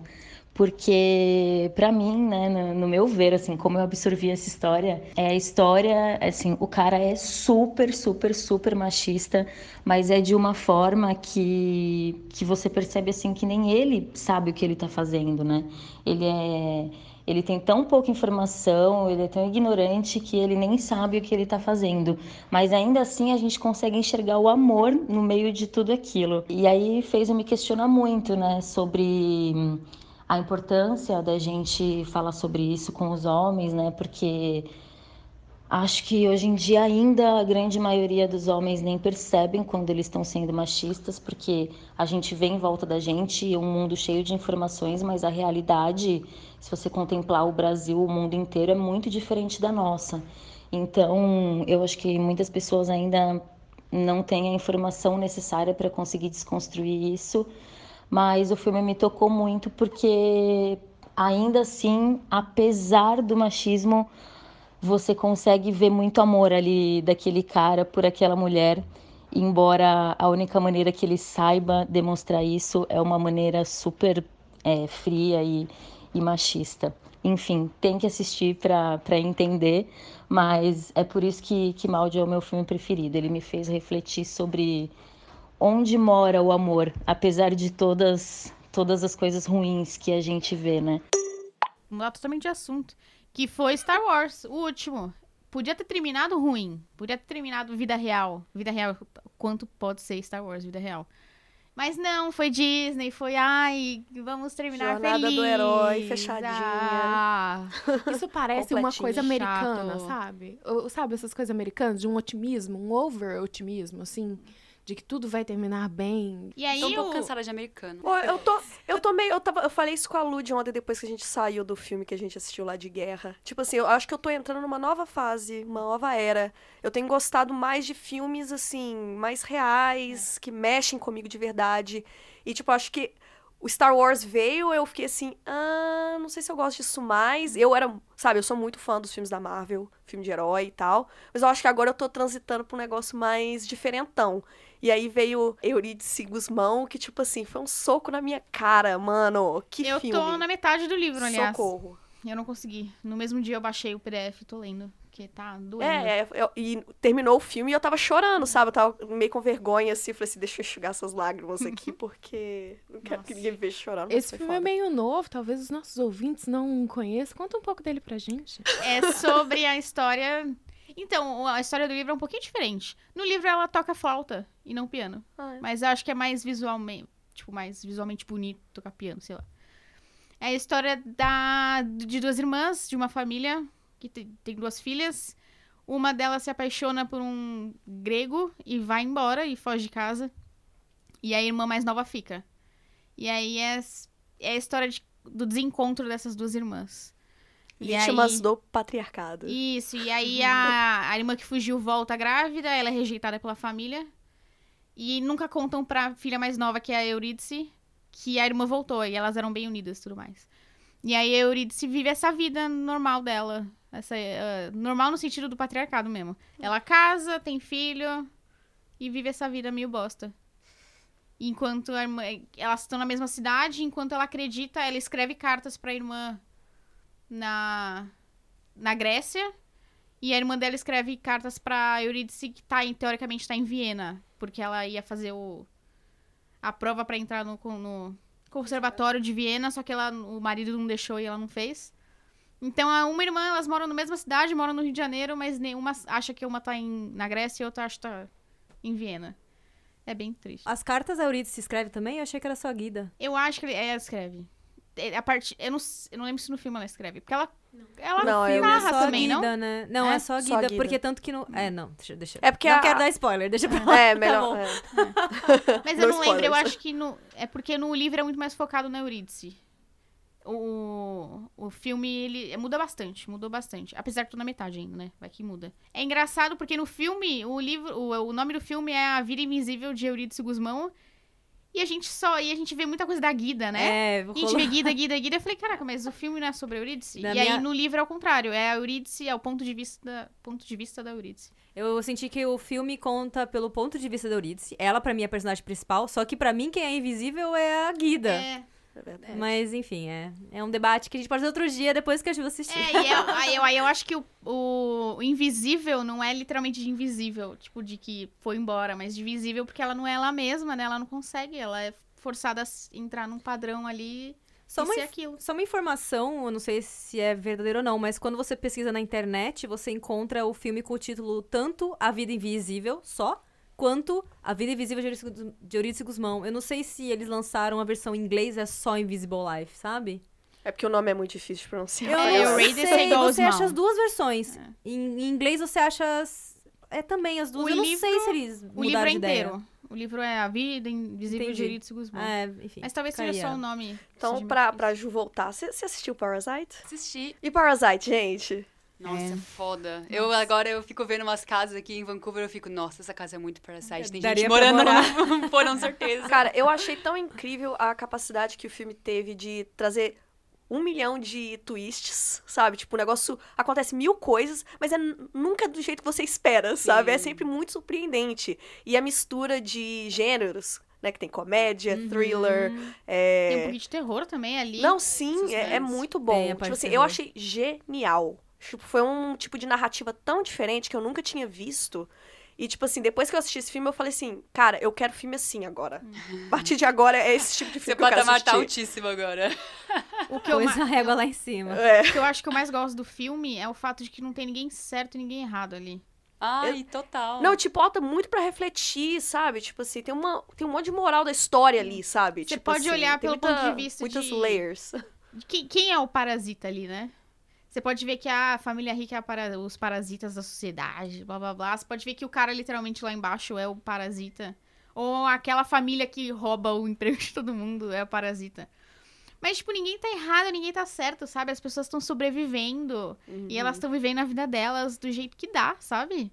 Porque, pra mim, né, no, no meu ver, assim, como eu absorvi essa história, é a história, assim, o cara é super, super, super machista, mas é de uma forma que, que você percebe, assim, que nem ele sabe o que ele tá fazendo, né? Ele é... Ele tem tão pouca informação, ele é tão ignorante que ele nem sabe o que ele está fazendo. Mas ainda assim a gente consegue enxergar o amor no meio de tudo aquilo. E aí fez eu me questionar muito, né, sobre a importância da gente falar sobre isso com os homens, né, porque acho que hoje em dia ainda a grande maioria dos homens nem percebem quando eles estão sendo machistas, porque a gente vê em volta da gente um mundo cheio de informações, mas a realidade, se você contemplar o Brasil, o mundo inteiro, é muito diferente da nossa. Então, eu acho que muitas pessoas ainda não têm a informação necessária para conseguir desconstruir isso, mas o filme me tocou muito porque, ainda assim, apesar do machismo, você consegue ver muito amor ali daquele cara por aquela mulher, embora a única maneira que ele saiba demonstrar isso é uma maneira super é, fria e, e machista. Enfim, tem que assistir para para entender, mas é por isso que, que Maud é o meu filme preferido. Ele me fez refletir sobre onde mora o amor, apesar de todas, todas as coisas ruins que a gente vê, né? Mudar totalmente de assunto. Que foi Star Wars, o último. Podia ter terminado ruim. Podia ter terminado vida real. Vida real, quanto pode ser Star Wars, vida real. Mas não, foi Disney, foi, ai, vamos terminar Jornada feliz. do herói, fechadinha. Ah, Isso parece uma Completinho. coisa americana, Chato. sabe? Ou, sabe essas coisas americanas? De um otimismo, um over-otimismo, assim. De que tudo vai terminar bem. e aí Tô um pouco o... cansada de americano. Pô, eu tô, eu tô meio, eu, tava, eu falei isso com a Lud ontem, depois que a gente saiu do filme que a gente assistiu lá de guerra. Tipo assim, eu acho que eu tô entrando numa nova fase, uma nova era. Eu tenho gostado mais de filmes, assim, mais reais, que mexem comigo de verdade. E, tipo, acho que o Star Wars veio, eu fiquei assim, ah, não sei se eu gosto disso mais. Eu era, sabe, eu sou muito fã dos filmes da Marvel, filme de herói e tal. Mas eu acho que agora eu tô transitando pra um negócio mais diferentão. E aí veio Eurídice Guzmão, que, tipo assim, foi um soco na minha cara, mano. Que Eu filme. tô na metade do livro, aliás. Socorro. Eu não consegui. No mesmo dia eu baixei o P D F e tô lendo. Porque tá doendo. É, é, eu- e terminou o filme e eu tava chorando, sabe? Eu tava meio com vergonha, assim. Eu falei assim, deixa eu enxugar essas lágrimas aqui, porque não quero Nossa. que ninguém me veja chorando. mas Esse foi filme é foda. meio novo, talvez os nossos ouvintes não conheçam. Conta um pouco dele pra gente. É sobre a história... Então, a história do livro é um pouquinho diferente. No livro ela toca flauta e não piano. Ah, é. Mas eu acho que é mais visualmente... Tipo, mais visualmente bonito tocar piano, sei lá. É a história da, de duas irmãs, de uma família que te- tem duas filhas. Uma delas se apaixona por um grego e vai embora e foge de casa. E a irmã mais nova fica. E aí é, é a história de- do desencontro dessas duas irmãs. E Vítimas aí- do patriarcado. Isso, e aí a, a irmã que fugiu volta grávida, ela é rejeitada pela família. E nunca contam pra filha mais nova, que é a Eurídice, que a irmã voltou, e elas eram bem unidas e tudo mais. E aí a Eurídice vive essa vida normal dela. Essa, eh, normal no sentido do patriarcado mesmo. Ela casa, tem filho e vive essa vida meio bosta. Enquanto a irmã... Elas estão na mesma cidade, enquanto ela acredita, ela escreve cartas pra irmã na, na Grécia. E a irmã dela escreve cartas pra Eurídice, que tá em, teoricamente tá em Viena. Porque ela ia fazer o... a prova pra entrar no, no conservatório de Viena, só que ela, o marido não deixou e ela não fez. Então, uma irmã, elas moram na mesma cidade, moram no Rio de Janeiro, mas nenhuma acha que uma tá em, na Grécia e outra acha que tá em Viena. É bem triste. As cartas a Eurídice escreve também? Eu achei que era só a Guida. Eu acho que ela escreve. A part... eu, não, eu não lembro se no filme ela escreve. Porque ela, ela Não, eu- narra é só também, a Guida, não? né? Não, É? é, só a Só Guida, a Guida. porque tanto que não... É, não, deixa... deixa. É porque não a- quero dar spoiler, deixa pra lá. É, melhor. bom. é. Mas eu No não lembro, eu spoilers. acho que no... É porque no livro é muito mais focado na Eurídice. O, o filme, ele muda bastante, mudou bastante. Apesar que tô na metade ainda, né? Vai que muda. É engraçado porque no filme, o livro, o, o nome do filme é A Vida Invisível de Eurídice Gusmão. E a gente só, e a gente vê muita coisa da Guida, né? É, A gente rolou- vê Guida, Guida, Guida. Eu falei, caraca, mas o filme não é sobre a Eurídice? Na e aí minha- no livro é o contrário, é a Eurídice, é o ponto de vista da, ponto de vista da Eurídice. Eu senti que o filme conta pelo ponto de vista da Eurídice. Ela, pra mim, é a personagem principal. Só que, pra mim, quem é invisível é a Guida. É, É verdade. Mas, enfim, é, é um debate que a gente pode fazer outro dia, depois que a Ju assistir. é, e eu, aí, eu, aí eu acho que o, o, o invisível não é literalmente de invisível, tipo, de que foi embora, mas de visível porque ela não é ela mesma, né? Ela não consegue, ela é forçada a s- entrar num padrão ali Só e uma ser inf- aquilo. Só uma informação, eu não sei se é verdadeiro ou não, mas quando você pesquisa na internet, você encontra o filme com o título tanto A Vida Invisível, só, quanto A Vida Invisível de Eurídice Gus- de Eurídice Gusmão. Eu não sei se eles lançaram a versão em inglês, é só Invisible Life, sabe? É porque o nome é muito difícil de pronunciar. Eu É, não Eurídice sei, Gusmão. você acha as duas versões. É. Em, em inglês você acha as... É também as duas. O eu não livro- sei se eles O mudaram livro é de ideia. inteiro. O livro é A Vida Invisível Entendi. de Eurídice Gusmão. É, enfim. Mas talvez seja ficaria. só o nome. que Então, seja pra, muito pra Ju voltar, você você assistiu Parasite? Assisti. E Parasite, gente? Nossa, foda. Eu agora eu fico vendo umas casas aqui em Vancouver, eu fico, nossa, essa casa é muito Parasite. Tem Daria gente pra morando morar. no foram certeza. Cara, eu achei tão incrível a capacidade que o filme teve de trazer um milhão de twists, sabe? Tipo, o negócio acontece mil coisas, mas é n- nunca do jeito que você espera, sabe? É sempre muito surpreendente. E a mistura de gêneros, né? Que tem comédia, thriller, é... Tem um pouquinho de terror também ali. Não, sim, Suspense. é, é muito bom. Tem a Tipo parte assim, de eu terror. achei genial. Tipo, foi um tipo de narrativa tão diferente que eu nunca tinha visto. E, tipo assim, depois que eu assisti esse filme, eu falei assim, cara, eu quero filme assim agora. A partir de agora, é esse tipo de filme Seu que eu quero patamar tá assistir. altíssimo agora. O que, eu Pôs ma- a régua lá em cima. É. o que eu acho que eu mais gosto do filme é o fato de que não tem ninguém certo e ninguém errado ali. Ai, total. Não, tipo, bota muito pra refletir, sabe? Tipo assim, tem, uma, tem um monte de moral da história ali, sabe? Você Tipo pode assim, olhar tem pelo muita- ponto de vista muitas de- layers. Quem, quem é o parasita ali, né? Você pode ver que a família rica é a para- os parasitas da sociedade, blá blá blá. Você pode ver que o cara literalmente lá embaixo é o parasita. Ou aquela família que rouba o emprego de todo mundo é o parasita. Mas, tipo, ninguém tá errado, ninguém tá certo, sabe? As pessoas estão sobrevivendo. E elas estão vivendo a vida delas do jeito que dá, sabe?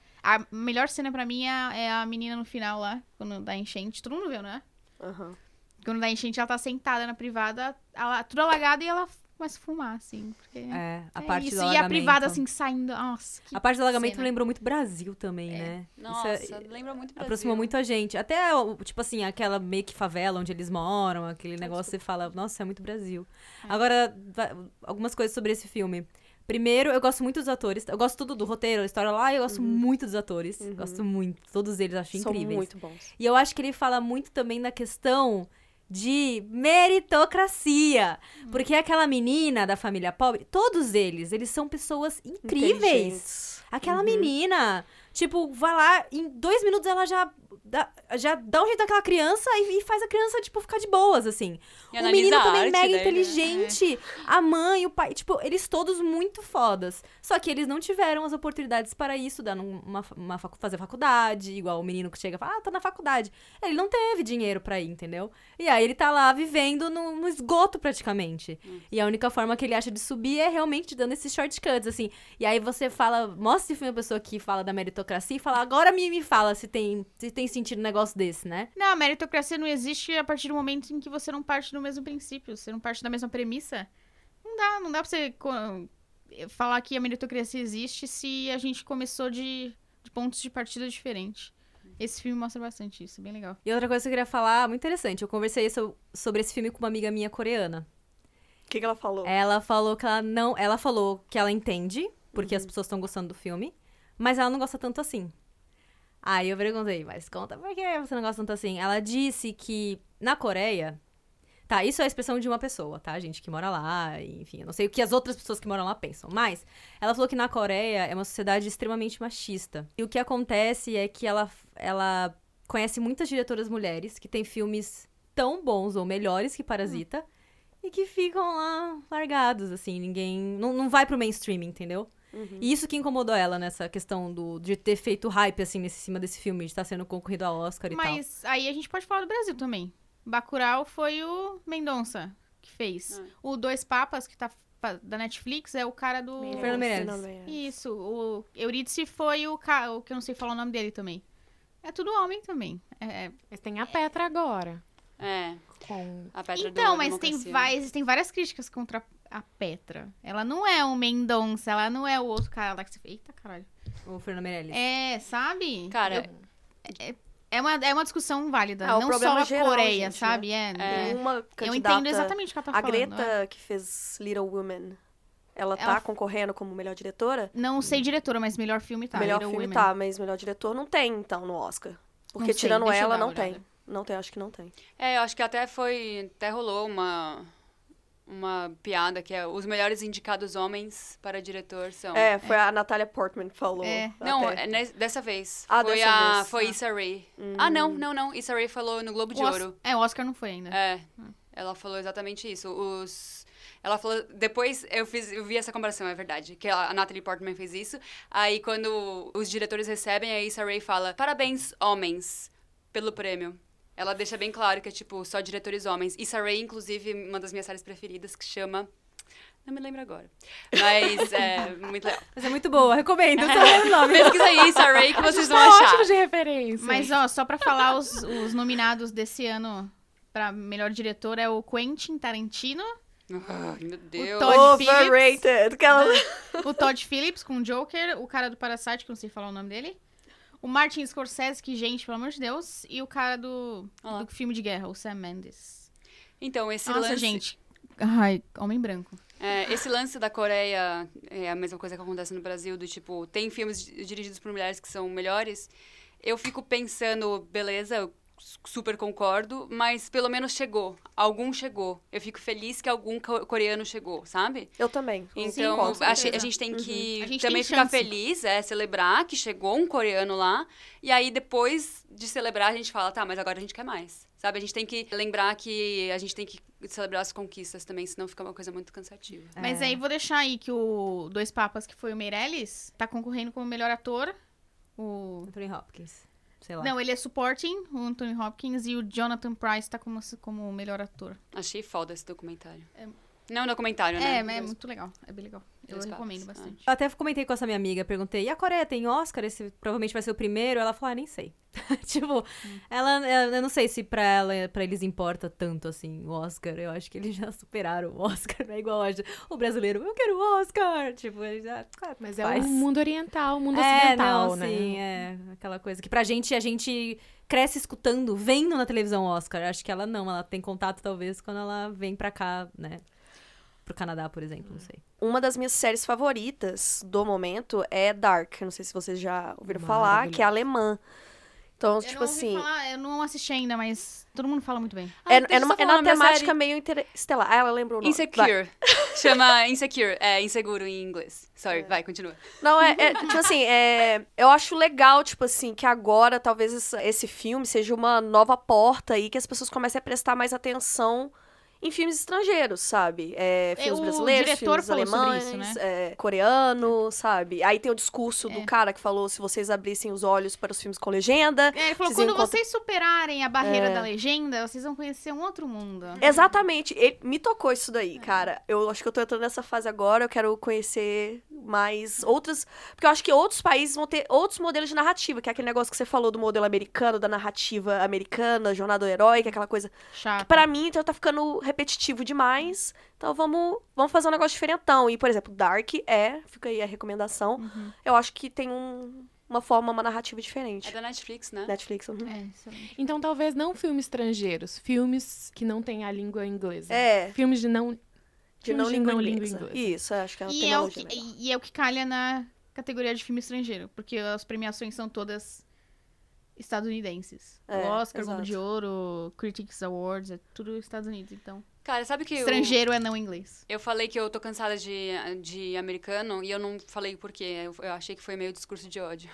A melhor cena pra mim é a, é a menina no final lá, quando dá enchente. Todo mundo viu, né? Aham. Quando dá enchente, ela tá sentada na privada, ela, tudo alagada e ela começa a fumar, assim. Porque É, a é parte isso. do E alagamento. a privada, assim, saindo. Nossa, que A parte do alagamento cena. me lembrou muito Brasil também, né? Nossa, Isso é- lembra muito Brasil. aproximou muito a gente. Até, o- tipo assim, aquela meio que favela onde eles moram, aquele negócio, você fala, nossa, é muito Brasil. Agora, va- algumas coisas sobre esse filme. Primeiro, eu gosto muito dos atores. Eu gosto tudo do roteiro, a história lá, e eu gosto muito dos atores. Gosto muito. Todos eles eu acho São incríveis. muito bons. E eu acho que ele fala muito também da questão de meritocracia. Porque aquela menina da família pobre, todos eles, eles são pessoas incríveis. Inteligentes. Aquela menina, tipo, vai lá, em dois minutos ela já dá, já dá um jeito naquela criança e, e faz a criança, tipo, ficar de boas, assim. E O analisa menino a também arte mega daí, né? inteligente. A mãe, o pai, tipo, eles todos muito fodas. Só que eles não tiveram as oportunidades para isso, dar uma, uma facu- fazer faculdade, igual o menino que chega e fala, ah, tá na faculdade. Ele não teve dinheiro pra ir, entendeu? E aí ele tá lá vivendo no, no esgoto, praticamente. Hum. E a única forma que ele acha de subir é realmente dando esses shortcuts, assim. E aí você fala, mostra se foi uma pessoa que fala da meritocracia e fala, agora me, me fala se tem, se tem sentido um negócio desse, né? Não, a meritocracia não existe a partir do momento em que você não parte do mesmo princípio, você não parte da mesma premissa. Não dá, não dá pra você co- falar que a meritocracia existe se a gente começou de, de pontos de partida diferentes. Esse filme mostra bastante isso, bem legal. E outra coisa que eu queria falar, muito interessante, eu conversei so- sobre esse filme com uma amiga minha coreana. O que, que ela falou? Ela falou que ela não... Ela falou que ela entende, porque Uhum. as pessoas estão gostando do filme, mas ela não gosta tanto assim. Aí eu perguntei, mas conta por que você não gosta tanto assim? Ela disse que na Coreia... Tá, isso é a expressão de uma pessoa, tá? Gente que mora lá, enfim, eu não sei o que as outras pessoas que moram lá pensam. Mas ela falou que na Coreia é uma sociedade extremamente machista. E o que acontece é que ela, ela conhece muitas diretoras mulheres que têm filmes tão bons ou melhores que Parasita hum. e que ficam lá largados, assim, ninguém... Não, não vai pro mainstream, entendeu? Uhum. E isso que incomodou ela nessa questão do, de ter feito hype, assim, nesse cima desse filme, de estar sendo concorrido ao Oscar e Mas tal. Mas aí a gente pode falar do Brasil também. Bacurau foi o Mendonça que fez. Ah. O Dois Papas, que tá da Netflix, é o cara do... Fernando Meirelles. Isso. O Eurídice foi o cara, o que eu não sei falar o nome dele também. É tudo homem também. É... Mas tem a Petra agora. É. Com... A Petra então, mas tem, vai, existem várias críticas contra a Petra. Ela não é o Mendonça, ela não é o outro cara lá que você... Eita, caralho. O Fernando Meirelles. É, sabe? Cara... Eu... É... É uma, é uma discussão válida, ah, não só a geral, Coreia, gente, sabe? Né? É, é. Uma eu entendo exatamente o que ela tá a falando. A Greta, é? que fez Little Women, ela, ela tá concorrendo como melhor diretora? Não sei diretora, mas melhor filme tá. Melhor Little filme Women. tá, mas melhor diretor não tem, então, no Oscar. Porque não sei, tirando ela, não tem. olhada. Não tem, acho que não tem. É, eu acho que até foi... Até rolou uma... Uma piada que é os melhores indicados homens para diretor são... É, foi é. a Natalia Portman que falou. É. Não, é, dessa vez. Ah, foi dessa a, vez. Foi ah. Issa Rae. Hum. Ah, não, não, não. Issa Rae falou no Globo de o Ouro. É, o Oscar não foi ainda. É, hum. ela falou exatamente isso. Os... Ela falou... Depois eu, fiz, eu vi essa comparação, é verdade. Que a Natalie Portman fez isso. Aí quando os diretores recebem, a Issa Rae fala: parabéns, homens, pelo prêmio. Ela deixa bem claro que é, tipo, só diretores homens. Issa Rae, inclusive, uma das minhas séries preferidas, que chama... Não me lembro agora. Mas é muito legal. Mas é muito boa, recomendo. É. Nome. Pesquisa aí, Issa Rae, que vocês vão é achar. Ótimo de referência. Mas, ó, só pra falar os, os nominados desse ano pra melhor diretor é o Quentin Tarantino. Ai, meu Deus. O Todd Overrated. Phillips. O Todd Phillips com o Joker. O cara do Parasite, que eu não sei falar o nome dele. O Martin Scorsese, que, gente, pelo amor de Deus. E o cara do, ah. do filme de guerra, o Sam Mendes. Então, esse Nossa, lance... gente. Ai, homem branco. É, esse lance da Coreia é a mesma coisa que acontece no Brasil, do tipo, tem filmes dirigidos por mulheres que são melhores. Eu fico pensando, beleza, eu super concordo, mas pelo menos chegou. Algum chegou. Eu fico feliz que algum coreano chegou, sabe? Eu também. Então, Sim, a, a gente tem que uhum. gente também tem ficar chance. feliz, é, celebrar que chegou um coreano lá. E aí, depois de celebrar, a gente fala, tá, mas agora a gente quer mais. Sabe? A gente tem que lembrar que a gente tem que celebrar as conquistas também, senão fica uma coisa muito cansativa. É. Mas aí, vou deixar aí que o Dois Papas, que foi o Meirelles, tá concorrendo como melhor ator. O... Anthony Hopkins. Sei lá. Não, ele é supporting, o Anthony Hopkins, e o Jonathan Pryce tá como, como melhor ator. Achei foda esse documentário. É... Não, documentário, é, né? É, é muito legal. É bem legal. Eu Dois recomendo papas. bastante. Eu até comentei com essa minha amiga, perguntei, e a Coreia tem Oscar? Esse provavelmente vai ser o primeiro? Ela falou, ah, nem sei. tipo, hum. ela, eu não sei se pra ela, pra eles importa tanto, assim, o Oscar. Eu acho que eles já superaram o Oscar, não é igual hoje. O brasileiro, eu quero o Oscar! Tipo, ele já... Claro, mas faz. é o mundo oriental, o mundo é, ocidental, não, né? Sim, é aquela coisa que pra gente, a gente cresce escutando, vendo na televisão Oscar. Acho que ela não, ela tem contato, talvez, quando ela vem pra cá, né? Pro Canadá, por exemplo, não sei. Uma das minhas séries favoritas do momento é Dark. Não sei se vocês já ouviram falar, que é alemã. Então, eu tipo não ouvi assim... falar, eu não assisti ainda, mas todo mundo fala muito bem. É, Ah, é, numa, é na temática meio interestelar. Ah, ela lembrou o nome. Insecure. Chama Insecure. É, inseguro em inglês. Sorry, é. vai, continua. Não, é, é tipo assim, é, eu acho legal, tipo assim, que agora talvez esse, esse filme seja uma nova porta aí, que as pessoas comecem a prestar mais atenção em filmes estrangeiros, sabe? É, filmes o brasileiros, filmes alemães, isso, né? é, coreano, sabe? Aí tem o discurso é. do cara que falou se vocês abrissem os olhos para os filmes com legenda... É, ele falou, vocês quando encontram... vocês superarem a barreira é. da legenda, vocês vão conhecer um outro mundo. Exatamente. Ele me tocou isso daí, é. cara. Eu acho que eu tô entrando nessa fase agora, eu quero conhecer mais outras... Porque eu acho que outros países vão ter outros modelos de narrativa, que é aquele negócio que você falou do modelo americano, da narrativa americana, jornada do herói, que é aquela coisa... Chato. Que pra mim, então, tá ficando repetitivo demais. Então vamos, vamos fazer um negócio diferentão. E, por exemplo, Dark é, fica aí a recomendação. Uhum. Eu acho que tem um, uma forma, uma narrativa diferente. É da Netflix, né? Netflix. Uhum. É, excelente. Então, talvez não filmes estrangeiros, filmes que não têm a língua inglesa. É. Filmes de não... De filmes não de língua não inglesa. língua inglesa. Isso, acho que é uma E é, o terminologia que, melhor. e é o que calha na categoria de filme estrangeiro, porque as premiações são todas estadunidenses. É, o Oscar, exato. Globo de Ouro, Critics Awards, é tudo Estados Unidos, então. Cara, sabe que eu, Estrangeiro é não inglês. eu falei que eu tô cansada de, de americano e eu não falei por quê. Eu, eu achei que foi meio discurso de ódio.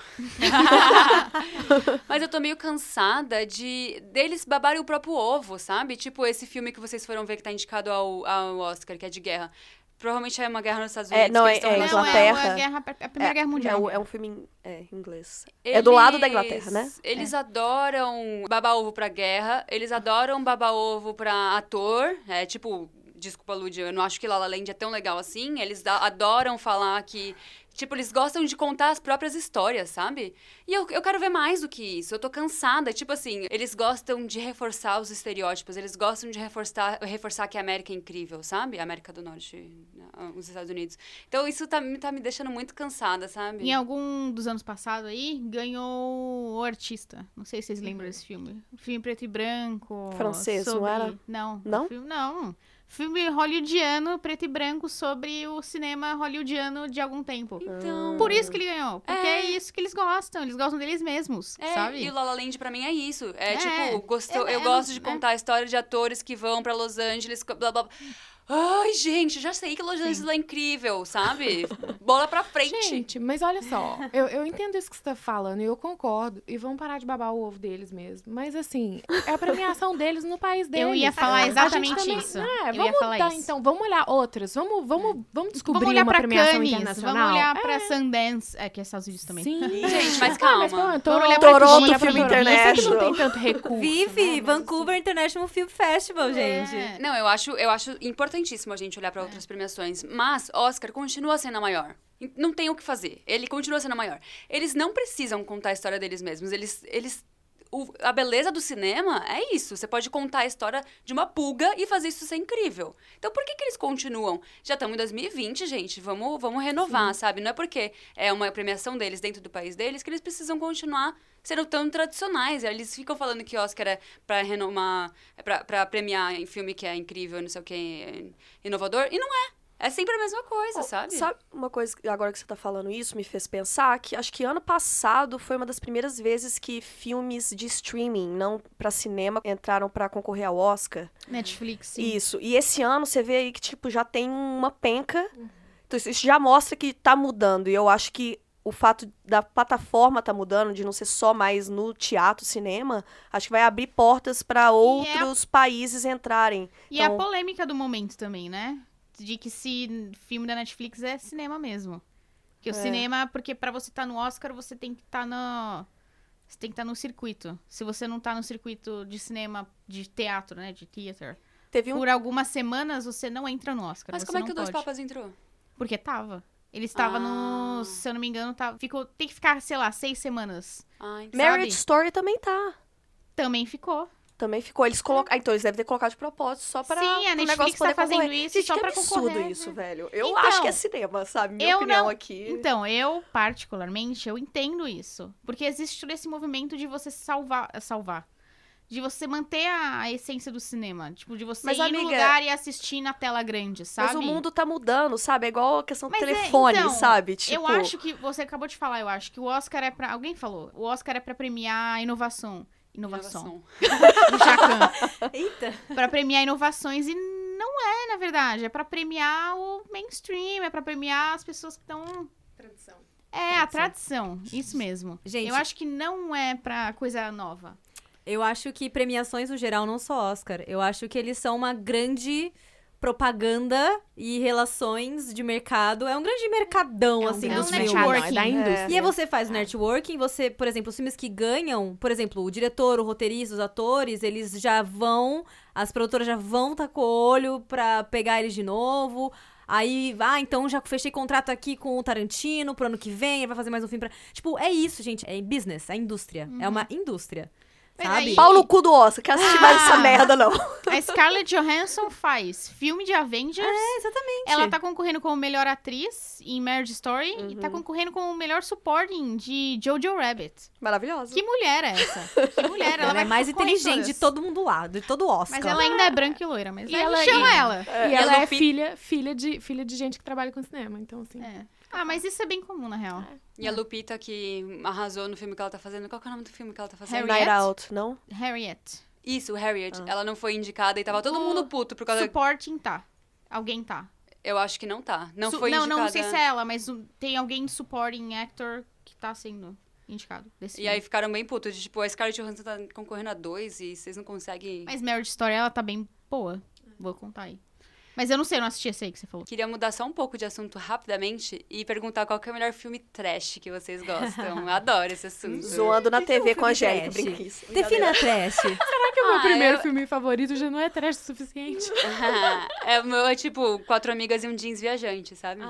Mas eu tô meio cansada de deles babarem o próprio ovo, sabe? Tipo esse filme que vocês foram ver que tá indicado ao, ao Oscar, que é de guerra. Provavelmente é uma guerra nos Estados É, Unidos. não, que é- eles tão é relacionados. Não, é Inglaterra. a, guerra, a Primeira Guerra É, Mundial. o- é um filme em é, inglês. É do lado da Eles- Inglaterra, né? Eles adoram babar ovo pra guerra, eles adoram babar ovo pra ator. É tipo, desculpa, Lud, eu não acho que La La Land é tão legal assim. Eles da- adoram falar que. Tipo, eles gostam de contar as próprias histórias, sabe? E eu, eu quero ver mais do que isso. Eu tô cansada. Tipo assim, eles gostam de reforçar os estereótipos. Eles gostam de reforçar, reforçar que a América é incrível, sabe? A América do Norte, os Estados Unidos. Então, isso tá, me- tá me deixando muito cansada, sabe? Em algum dos anos passados aí, ganhou O Artista. Não sei se vocês lembram desse filme. Um filme preto e branco. Francês, não sobre... era? Não. Não? Um filme, não. Filme hollywoodiano, preto e branco, sobre o cinema hollywoodiano de algum tempo. Então... Por isso que ele ganhou. Porque é, É. isso que eles gostam. Eles gostam deles mesmos, É, sabe? e o La La Land pra mim é isso. É, É. tipo, gosto, É, eu é, gosto de é. contar a história de atores que vão pra Los Angeles, blá blá blá. Ai, gente, já sei que Los Angeles é incrível, sabe? Bola pra frente. Gente, mas olha só, eu, eu entendo isso que você tá falando e eu concordo. E vão parar de babar o ovo deles mesmo. Mas assim, é a premiação deles no país deles. Eu ia falar A gente exatamente também- isso. É, Eu ia vamos falar dar, isso. então, vamos olhar outras. Vamos, vamos, vamos descobrir Vamos olhar uma pra premiação Cannes, internacional. vamos olhar É, pra Sundance, é, que é Estados Unidos também. Sim. Gente, mas Ah, calma. mas, pô, Vamos Toronto, olhar pra Toronto olha pra Film Toronto. Eu sei que não International. tem tanto recurso. Vive, né, mas, Vancouver International Film Festival, gente. É. Não, eu acho, eu acho importantíssimo a gente olhar pra outras premiações. Mas Oscar continua sendo a maior. Não tem o que fazer. Ele continua sendo a maior. Eles não precisam contar a história deles mesmos. Eles... eles o- a beleza do cinema é isso. Você pode contar a história de uma pulga e fazer isso ser incrível. Então, por que que eles continuam? Já estamos em dois mil e vinte, gente. Vamos, vamos renovar, sabe? Não é porque é uma premiação deles dentro do país deles que eles precisam continuar sendo tão tradicionais. Eles ficam falando que Oscar é pra renomar, é pra, pra premiar em filme que é incrível, não sei o que, inovador. E não é. É sempre a mesma coisa, sabe? Sabe uma coisa, que agora que você tá falando isso, me fez pensar que acho que ano passado foi uma das primeiras vezes que filmes de streaming, não pra cinema, entraram pra concorrer ao Oscar. Netflix, sim. Isso. E esse ano você vê aí que, tipo, já tem uma penca. Então, isso já mostra que tá mudando. E eu acho que o fato da plataforma tá mudando, de não ser só mais no teatro, cinema, acho que vai abrir portas pra outros países entrarem. E Então- a polêmica do momento também, né? De que se filme da Netflix é cinema mesmo. Que o É. cinema, porque pra você estar no Oscar, você tem que estar no... Você tem que estar no circuito. Se você não tá no circuito de cinema, de teatro, né? De theater. Teve um Por algumas semanas, você não entra no Oscar. Mas você como é não que o Dois pode. Papas entrou? Porque tava. Ele estava Ah. no... Se eu não me engano, tava, ficou, tem que ficar, sei lá, seis semanas. Ai, Marriage sabe? Story também tá. Também ficou. Também ficou. Eles colocaram. Ah, então eles devem ter colocado de propósito só pra. Sim, a pro Netflix negócio poder tá fazendo concorrer. isso Gente, só que pra absurdo concorrer, isso, né? velho. Eu Então, acho que é cinema, sabe? Minha eu opinião não- aqui. Então, eu, particularmente, eu entendo isso. Porque existe todo esse movimento de você salvar. salvar. De você manter a, a essência do cinema. Tipo, de você Mas, ir amiga, no lugar e assistir na tela grande, sabe? Mas o mundo tá mudando, sabe? É igual a questão do Mas é, telefone, então, sabe? Tipo, Eu acho que. Você acabou de falar, eu acho que o Oscar é pra. Alguém falou. O Oscar é pra premiar inovação. Inovação. Inovação. Do Jacan. Eita. Pra premiar inovações e não é, na verdade. É pra premiar o mainstream, é pra premiar as pessoas que estão... Tradição. É, a tradição. Isso mesmo. Gente- Eu acho que não é pra coisa nova. Eu acho que premiações no geral, não só Oscar, eu acho que eles são uma grande propaganda e relações de mercado. É um grande mercadão, É um assim, grande dos networking. filmes. mercado, é da indústria. E aí você faz o networking, você, por exemplo, os filmes que ganham, por exemplo, o diretor, o roteirista, os atores, eles já vão, as produtoras já vão tá com o olho pra pegar eles de novo. Aí, ah, então já fechei contrato aqui com o Tarantino pro ano que vem, ele vai fazer mais um filme pra... Tipo, é isso, gente, é business, é indústria, é uma indústria. sabe? aí- Pau no cu do Oscar, quero assistir mais essa merda, não. A Scarlett Johansson faz filme de Avengers. É, exatamente. Ela tá concorrendo como melhor atriz em Marriage Story e Uhum. tá concorrendo como melhor supporting de Jojo Rabbit. Maravilhosa. Que mulher é essa? Que mulher? Ela, Ela vai é mais concorrer em inteligente de todas. todo mundo lá, de todo o Oscar. Mas ela ainda é branca e loira, mas E aí ela- chama e- ela. E E a ela é Lupi- filha, filha, de, filha de gente que trabalha com cinema, então assim. É. Ah, mas isso é bem comum, na real. E a Lupita, que arrasou no filme que ela tá fazendo. Qual que é o nome do filme que ela tá fazendo? Harriet? Night Out, não? Harriet. Isso, Harriet. Ah. Ela não foi indicada e tava todo O mundo puto por causa... Supporting tá. Alguém tá. Eu acho que não tá. Não Su- foi não, indicada. não sei se é ela, mas um- tem alguém supporting actor que tá sendo indicado desse E filme. aí ficaram bem putos. De, tipo, a Scarlett Johansson tá concorrendo a dois e vocês não conseguem... Mas Marriage Story, ela tá bem boa. Vou contar aí. Mas eu não sei, eu não assisti esse aí que você falou. Queria mudar só um pouco de assunto rapidamente e perguntar qual que é o melhor filme trash que vocês gostam. Eu adoro esse assunto. Zoando na que que é T V um com a filme Angélica. trash? Brinca isso. Defina trash. Será que o meu Ah, primeiro eu- filme favorito já não é trash o suficiente? é o meu, é tipo, Quatro Amigas e um Jeans Viajante, sabe?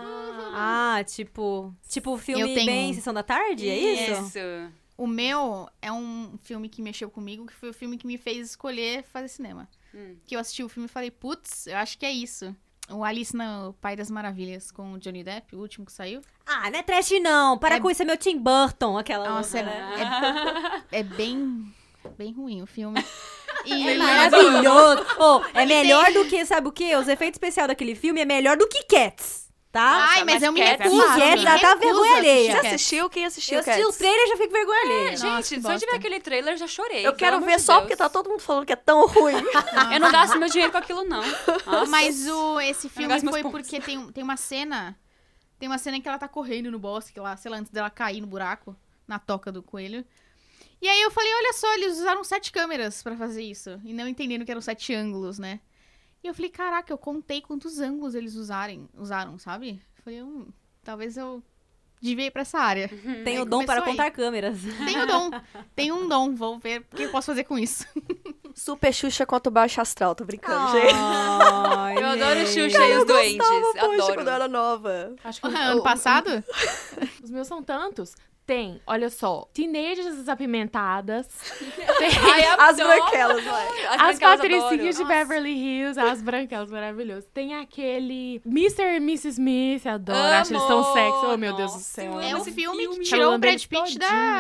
Ah, tipo... Tipo filme Eu tenho bem um. Sessão da Tarde, é isso? Isso. O meu é um filme que mexeu comigo, que foi o filme que me fez escolher fazer cinema. Hum. Que eu assisti o filme e falei, putz, eu acho que é isso. O Alice no Pai das Maravilhas com o Johnny Depp, o último que saiu. Ah, não é trash não. Para É- com isso, é meu Tim Burton, aquela Nossa, outra, é, né? é, é bem, bem ruim o filme. E É maravilhoso. Oh, é melhor do que, sabe o quê? Os efeitos especiais daquele filme é melhor do que Cats, tá? Ai, mas mas eu me Cats é recuso. fácil. me Cats dá até recuso vergonha a assistir alheia. Já Cats. assistiu? Quem assistiu, Eu assisti Cats? o trailer e já fico vergonha alheia. Gente, Nossa, que só de bosta. ver aquele trailer eu já chorei. Eu quero pelo ver amor de só Deus. porque tá todo mundo falando que é tão ruim. Eu não gasto meu dinheiro com aquilo, não. Nossa. Mas o, esse filme gasto meus foi pontos. porque tem, tem uma cena. Tem uma cena em que ela tá correndo no bosque lá, sei lá, antes dela cair no buraco, na toca do coelho. E aí eu falei, olha só, eles usaram sete câmeras pra fazer isso. E não entendendo que eram sete ângulos, né? E eu falei, caraca, eu contei quantos ângulos eles usarem, usaram, sabe? Eu falei, hum, talvez eu devia ir pra essa área. Tem Aí o dom para começou aí. contar câmeras. Tenho dom. Tenho um dom. Vou ver o que eu posso fazer com isso. Super Xuxa contra o Baixo Astral, tô brincando, gente. Ai, Eu adoro gente. Xuxa e os duendes. Poxa, Adoro. quando eu era nova. Acho que o- ano o- passado? Os meus são tantos. Tem, olha só, Teenagers Apimentadas. Tem Ai, As adoro. branquelas, vai. As branquelas Patricinhas de adoro. Beverly Hills, as branquelas maravilhosas. Tem aquele mister e missus Smith, adoro, Amo. acho eles tão sexy. Oh, meu Deus do Nossa, céu. eu É amo um esse filme que filme. tirou o Falando Brad deles Pitt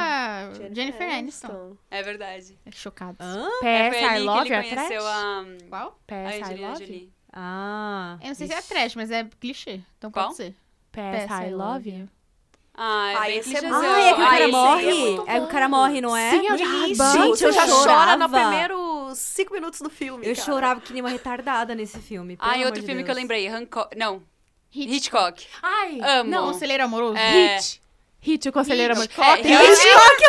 da Jennifer Aniston. É verdade. Chocados. Hã? É, P S foi I ali Love que You ele é trash? conheceu a, Qual? P a S I Angelina Love You? Jolie. Ah. Eu não sei se é trash, mas é clichê. Então Qual? pode ser. P S I Love You? Ah, é Ah, bem esse é clichêzão. bom. Ah, é que o Ah, cara esse aí morre? é muito É que o cara morre, não é? Sim, eu No já início. abanco. Gente, eu já chorava. choro no primeiros cinco minutos do filme, Eu cara. chorava que nem uma retardada nesse filme. pelo Ah, e amor outro de filme que eu Deus. lembrei, Hancock. Não, Hit. Hitchcock. Ai, Amo. Não, Conselheiro Amoroso. É. Hit. Hit, o conselheiro amor. É, É, eu- Hitchcock,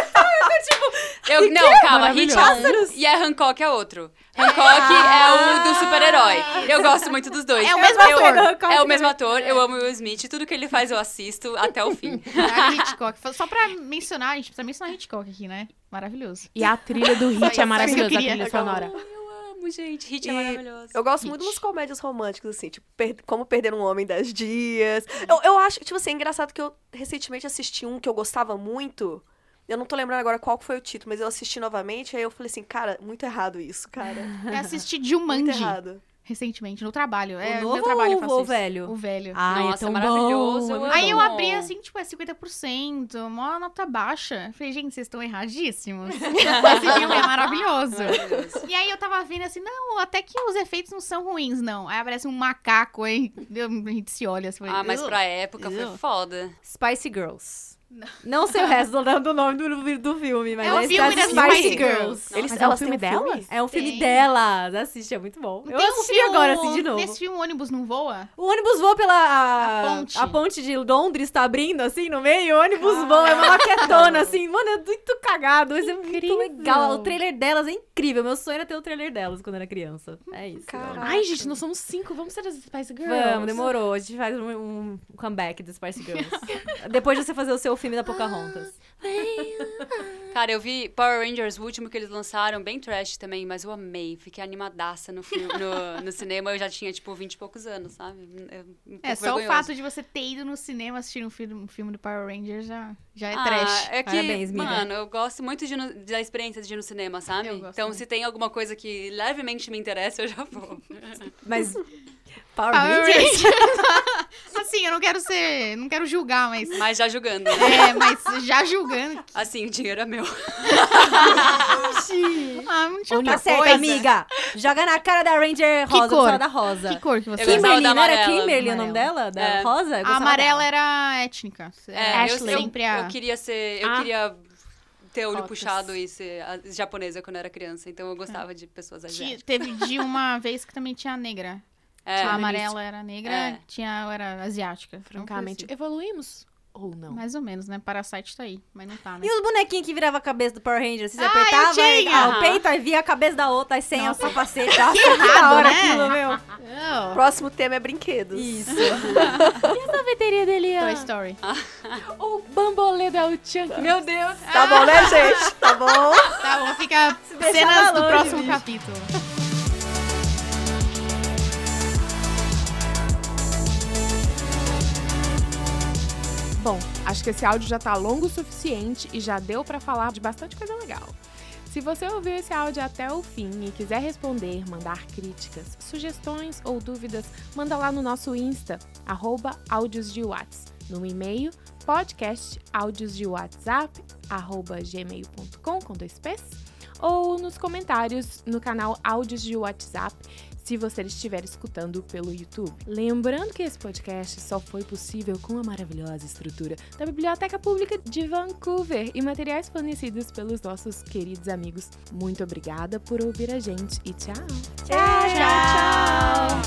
Eu, não, calma, Hit é Maravilhoso. um e é Hancock é outro. Hancock é o do super-herói. Eu gosto muito dos dois. É o mesmo Eu- ator. Hancock É o mesmo ator, eu amo Will Smith. Tudo que ele faz eu assisto até o fim. Caralho, Hitchcock. Só pra mencionar, a gente precisa mencionar Hitchcock aqui, né? Maravilhoso. E a trilha do Hit isso é eu maravilhosa, a queria. trilha sonora. Eu amo, gente. Hit E é maravilhoso. Eu gosto muito das comédias românticas, assim, tipo, per- Como Perder um Homem em dez Dias. Eu, eu acho, tipo assim, é engraçado que eu recentemente assisti um que eu gostava muito. Eu não tô lembrando agora qual que foi o título, mas eu assisti novamente, aí eu falei assim, cara, muito errado isso, cara. Eu assisti Muito Jumanji errado. recentemente, no trabalho. É, O no novo meu trabalho eu ou faço o isso. velho? O velho. Ai, Nossa, é tão maravilhoso, bom. eu é amo. Aí eu bom. abri assim, tipo, é cinquenta por cento, uma nota baixa. Eu falei, gente, vocês estão erradíssimos. Esse filme é maravilhoso. Maravilhoso. E aí eu tava vendo assim, não, até que os efeitos não são ruins, não. Aí aparece um macaco aí, a gente se olha assim. Ah, mas pra época foi Ugh. foda. Spice Girls. Não sei o resto do, do nome do, do filme, mas É o esse filme das das Spice Girls. Eles, Mas é um elas filme têm um filme? delas? É um filme Tem. delas. Assiste, é muito bom. Eu Tem um assisti filme- agora, assim, de novo. Nesse filme o ônibus não voa? O ônibus voa pela... A ponte. A ponte de Londres tá abrindo, assim, no meio. E o ônibus voa, é uma maquetona, assim. Mano, é muito cagado. Mas é muito Incrível. legal. O trailer delas é incrível. Meu sonho era ter o trailer delas quando eu era criança. É isso. Caraca. Ai, gente, nós somos cinco, vamos ser as Spice Girls. Vamos, demorou. A gente faz um, um comeback do Spice Girls. Depois de você fazer o seu filme da Pocahontas. Cara, eu vi Power Rangers, o último que eles lançaram, bem trash também, mas eu amei. Fiquei animadaça no, filme, no, no cinema. Eu já tinha, tipo, vinte e poucos anos, sabe? Eu, um É, só vergonhoso. o fato de você ter ido no cinema assistir um filme, um filme do Power Rangers já, já é ah, trash. É que, Parabéns, amiga. mano, eu gosto muito de ir no, da experiência de ir no cinema, sabe? Eu gosto Então, muito. se tem alguma coisa que levemente me interessa, eu já vou. Mas Power, Power Rangers? Rangers. Assim, eu não quero ser... Não quero julgar, mas... Mas já julgando, né? É, mas já julgando. Assim, o dinheiro é meu. Ah, não tinha Tá outra certo, coisa. amiga. Joga na cara da Ranger Que rosa, cor? gostava da rosa. Que cor que você Eu usa? gostava Kimberly, da não era amarela. Kimberly o nome dela? Da É. rosa? Eu A gostava amarela dela. era étnica. É, eu, Ashley. eu, Sempre a... eu queria ser... Eu Ah. queria ter olho Cotas. puxado e ser a- japonesa quando eu era criança. Então, eu gostava de pessoas Tinha- asiáticas. Teve de uma vez que também tinha a negra. É, a amarela era negra, É. tinha, eu era asiática. Francamente, Então, evoluímos ou não? mais ou menos, né? Parasite tá aí, mas não tá, né? E os bonequinhos que viravam a cabeça do Power Rangers? Você Ah, apertava eu tinha! ah, o Aham. peito, aí via a cabeça da outra, aí sem o capacete. Nossa, que errado, da hora né? aquilo, meu. Oh, Próximo tema é brinquedos. Isso. A sorveteria dele, Toy ó. Story. O bambolê da Uchank. Meu Deus! Tá bom, né, gente? Tá bom? Tá bom, fica deixar cenas do longe, próximo bicho. capítulo. Bom, acho que esse áudio já tá longo o suficiente e já deu pra falar de bastante coisa legal. Se você ouviu esse áudio até o fim e quiser responder, mandar críticas, sugestões ou dúvidas, manda lá no nosso Insta, arroba áudios de Whats, no e-mail podcast áudios de WhatsApp, arroba gmail ponto com, com dois P's, ou nos comentários no canal Áudios de WhatsApp, se você estiver escutando pelo YouTube. Lembrando que esse podcast só foi possível com a maravilhosa estrutura da Biblioteca Pública de Vancouver e materiais fornecidos pelos nossos queridos amigos. Muito obrigada por ouvir a gente e tchau! Tchau, tchau.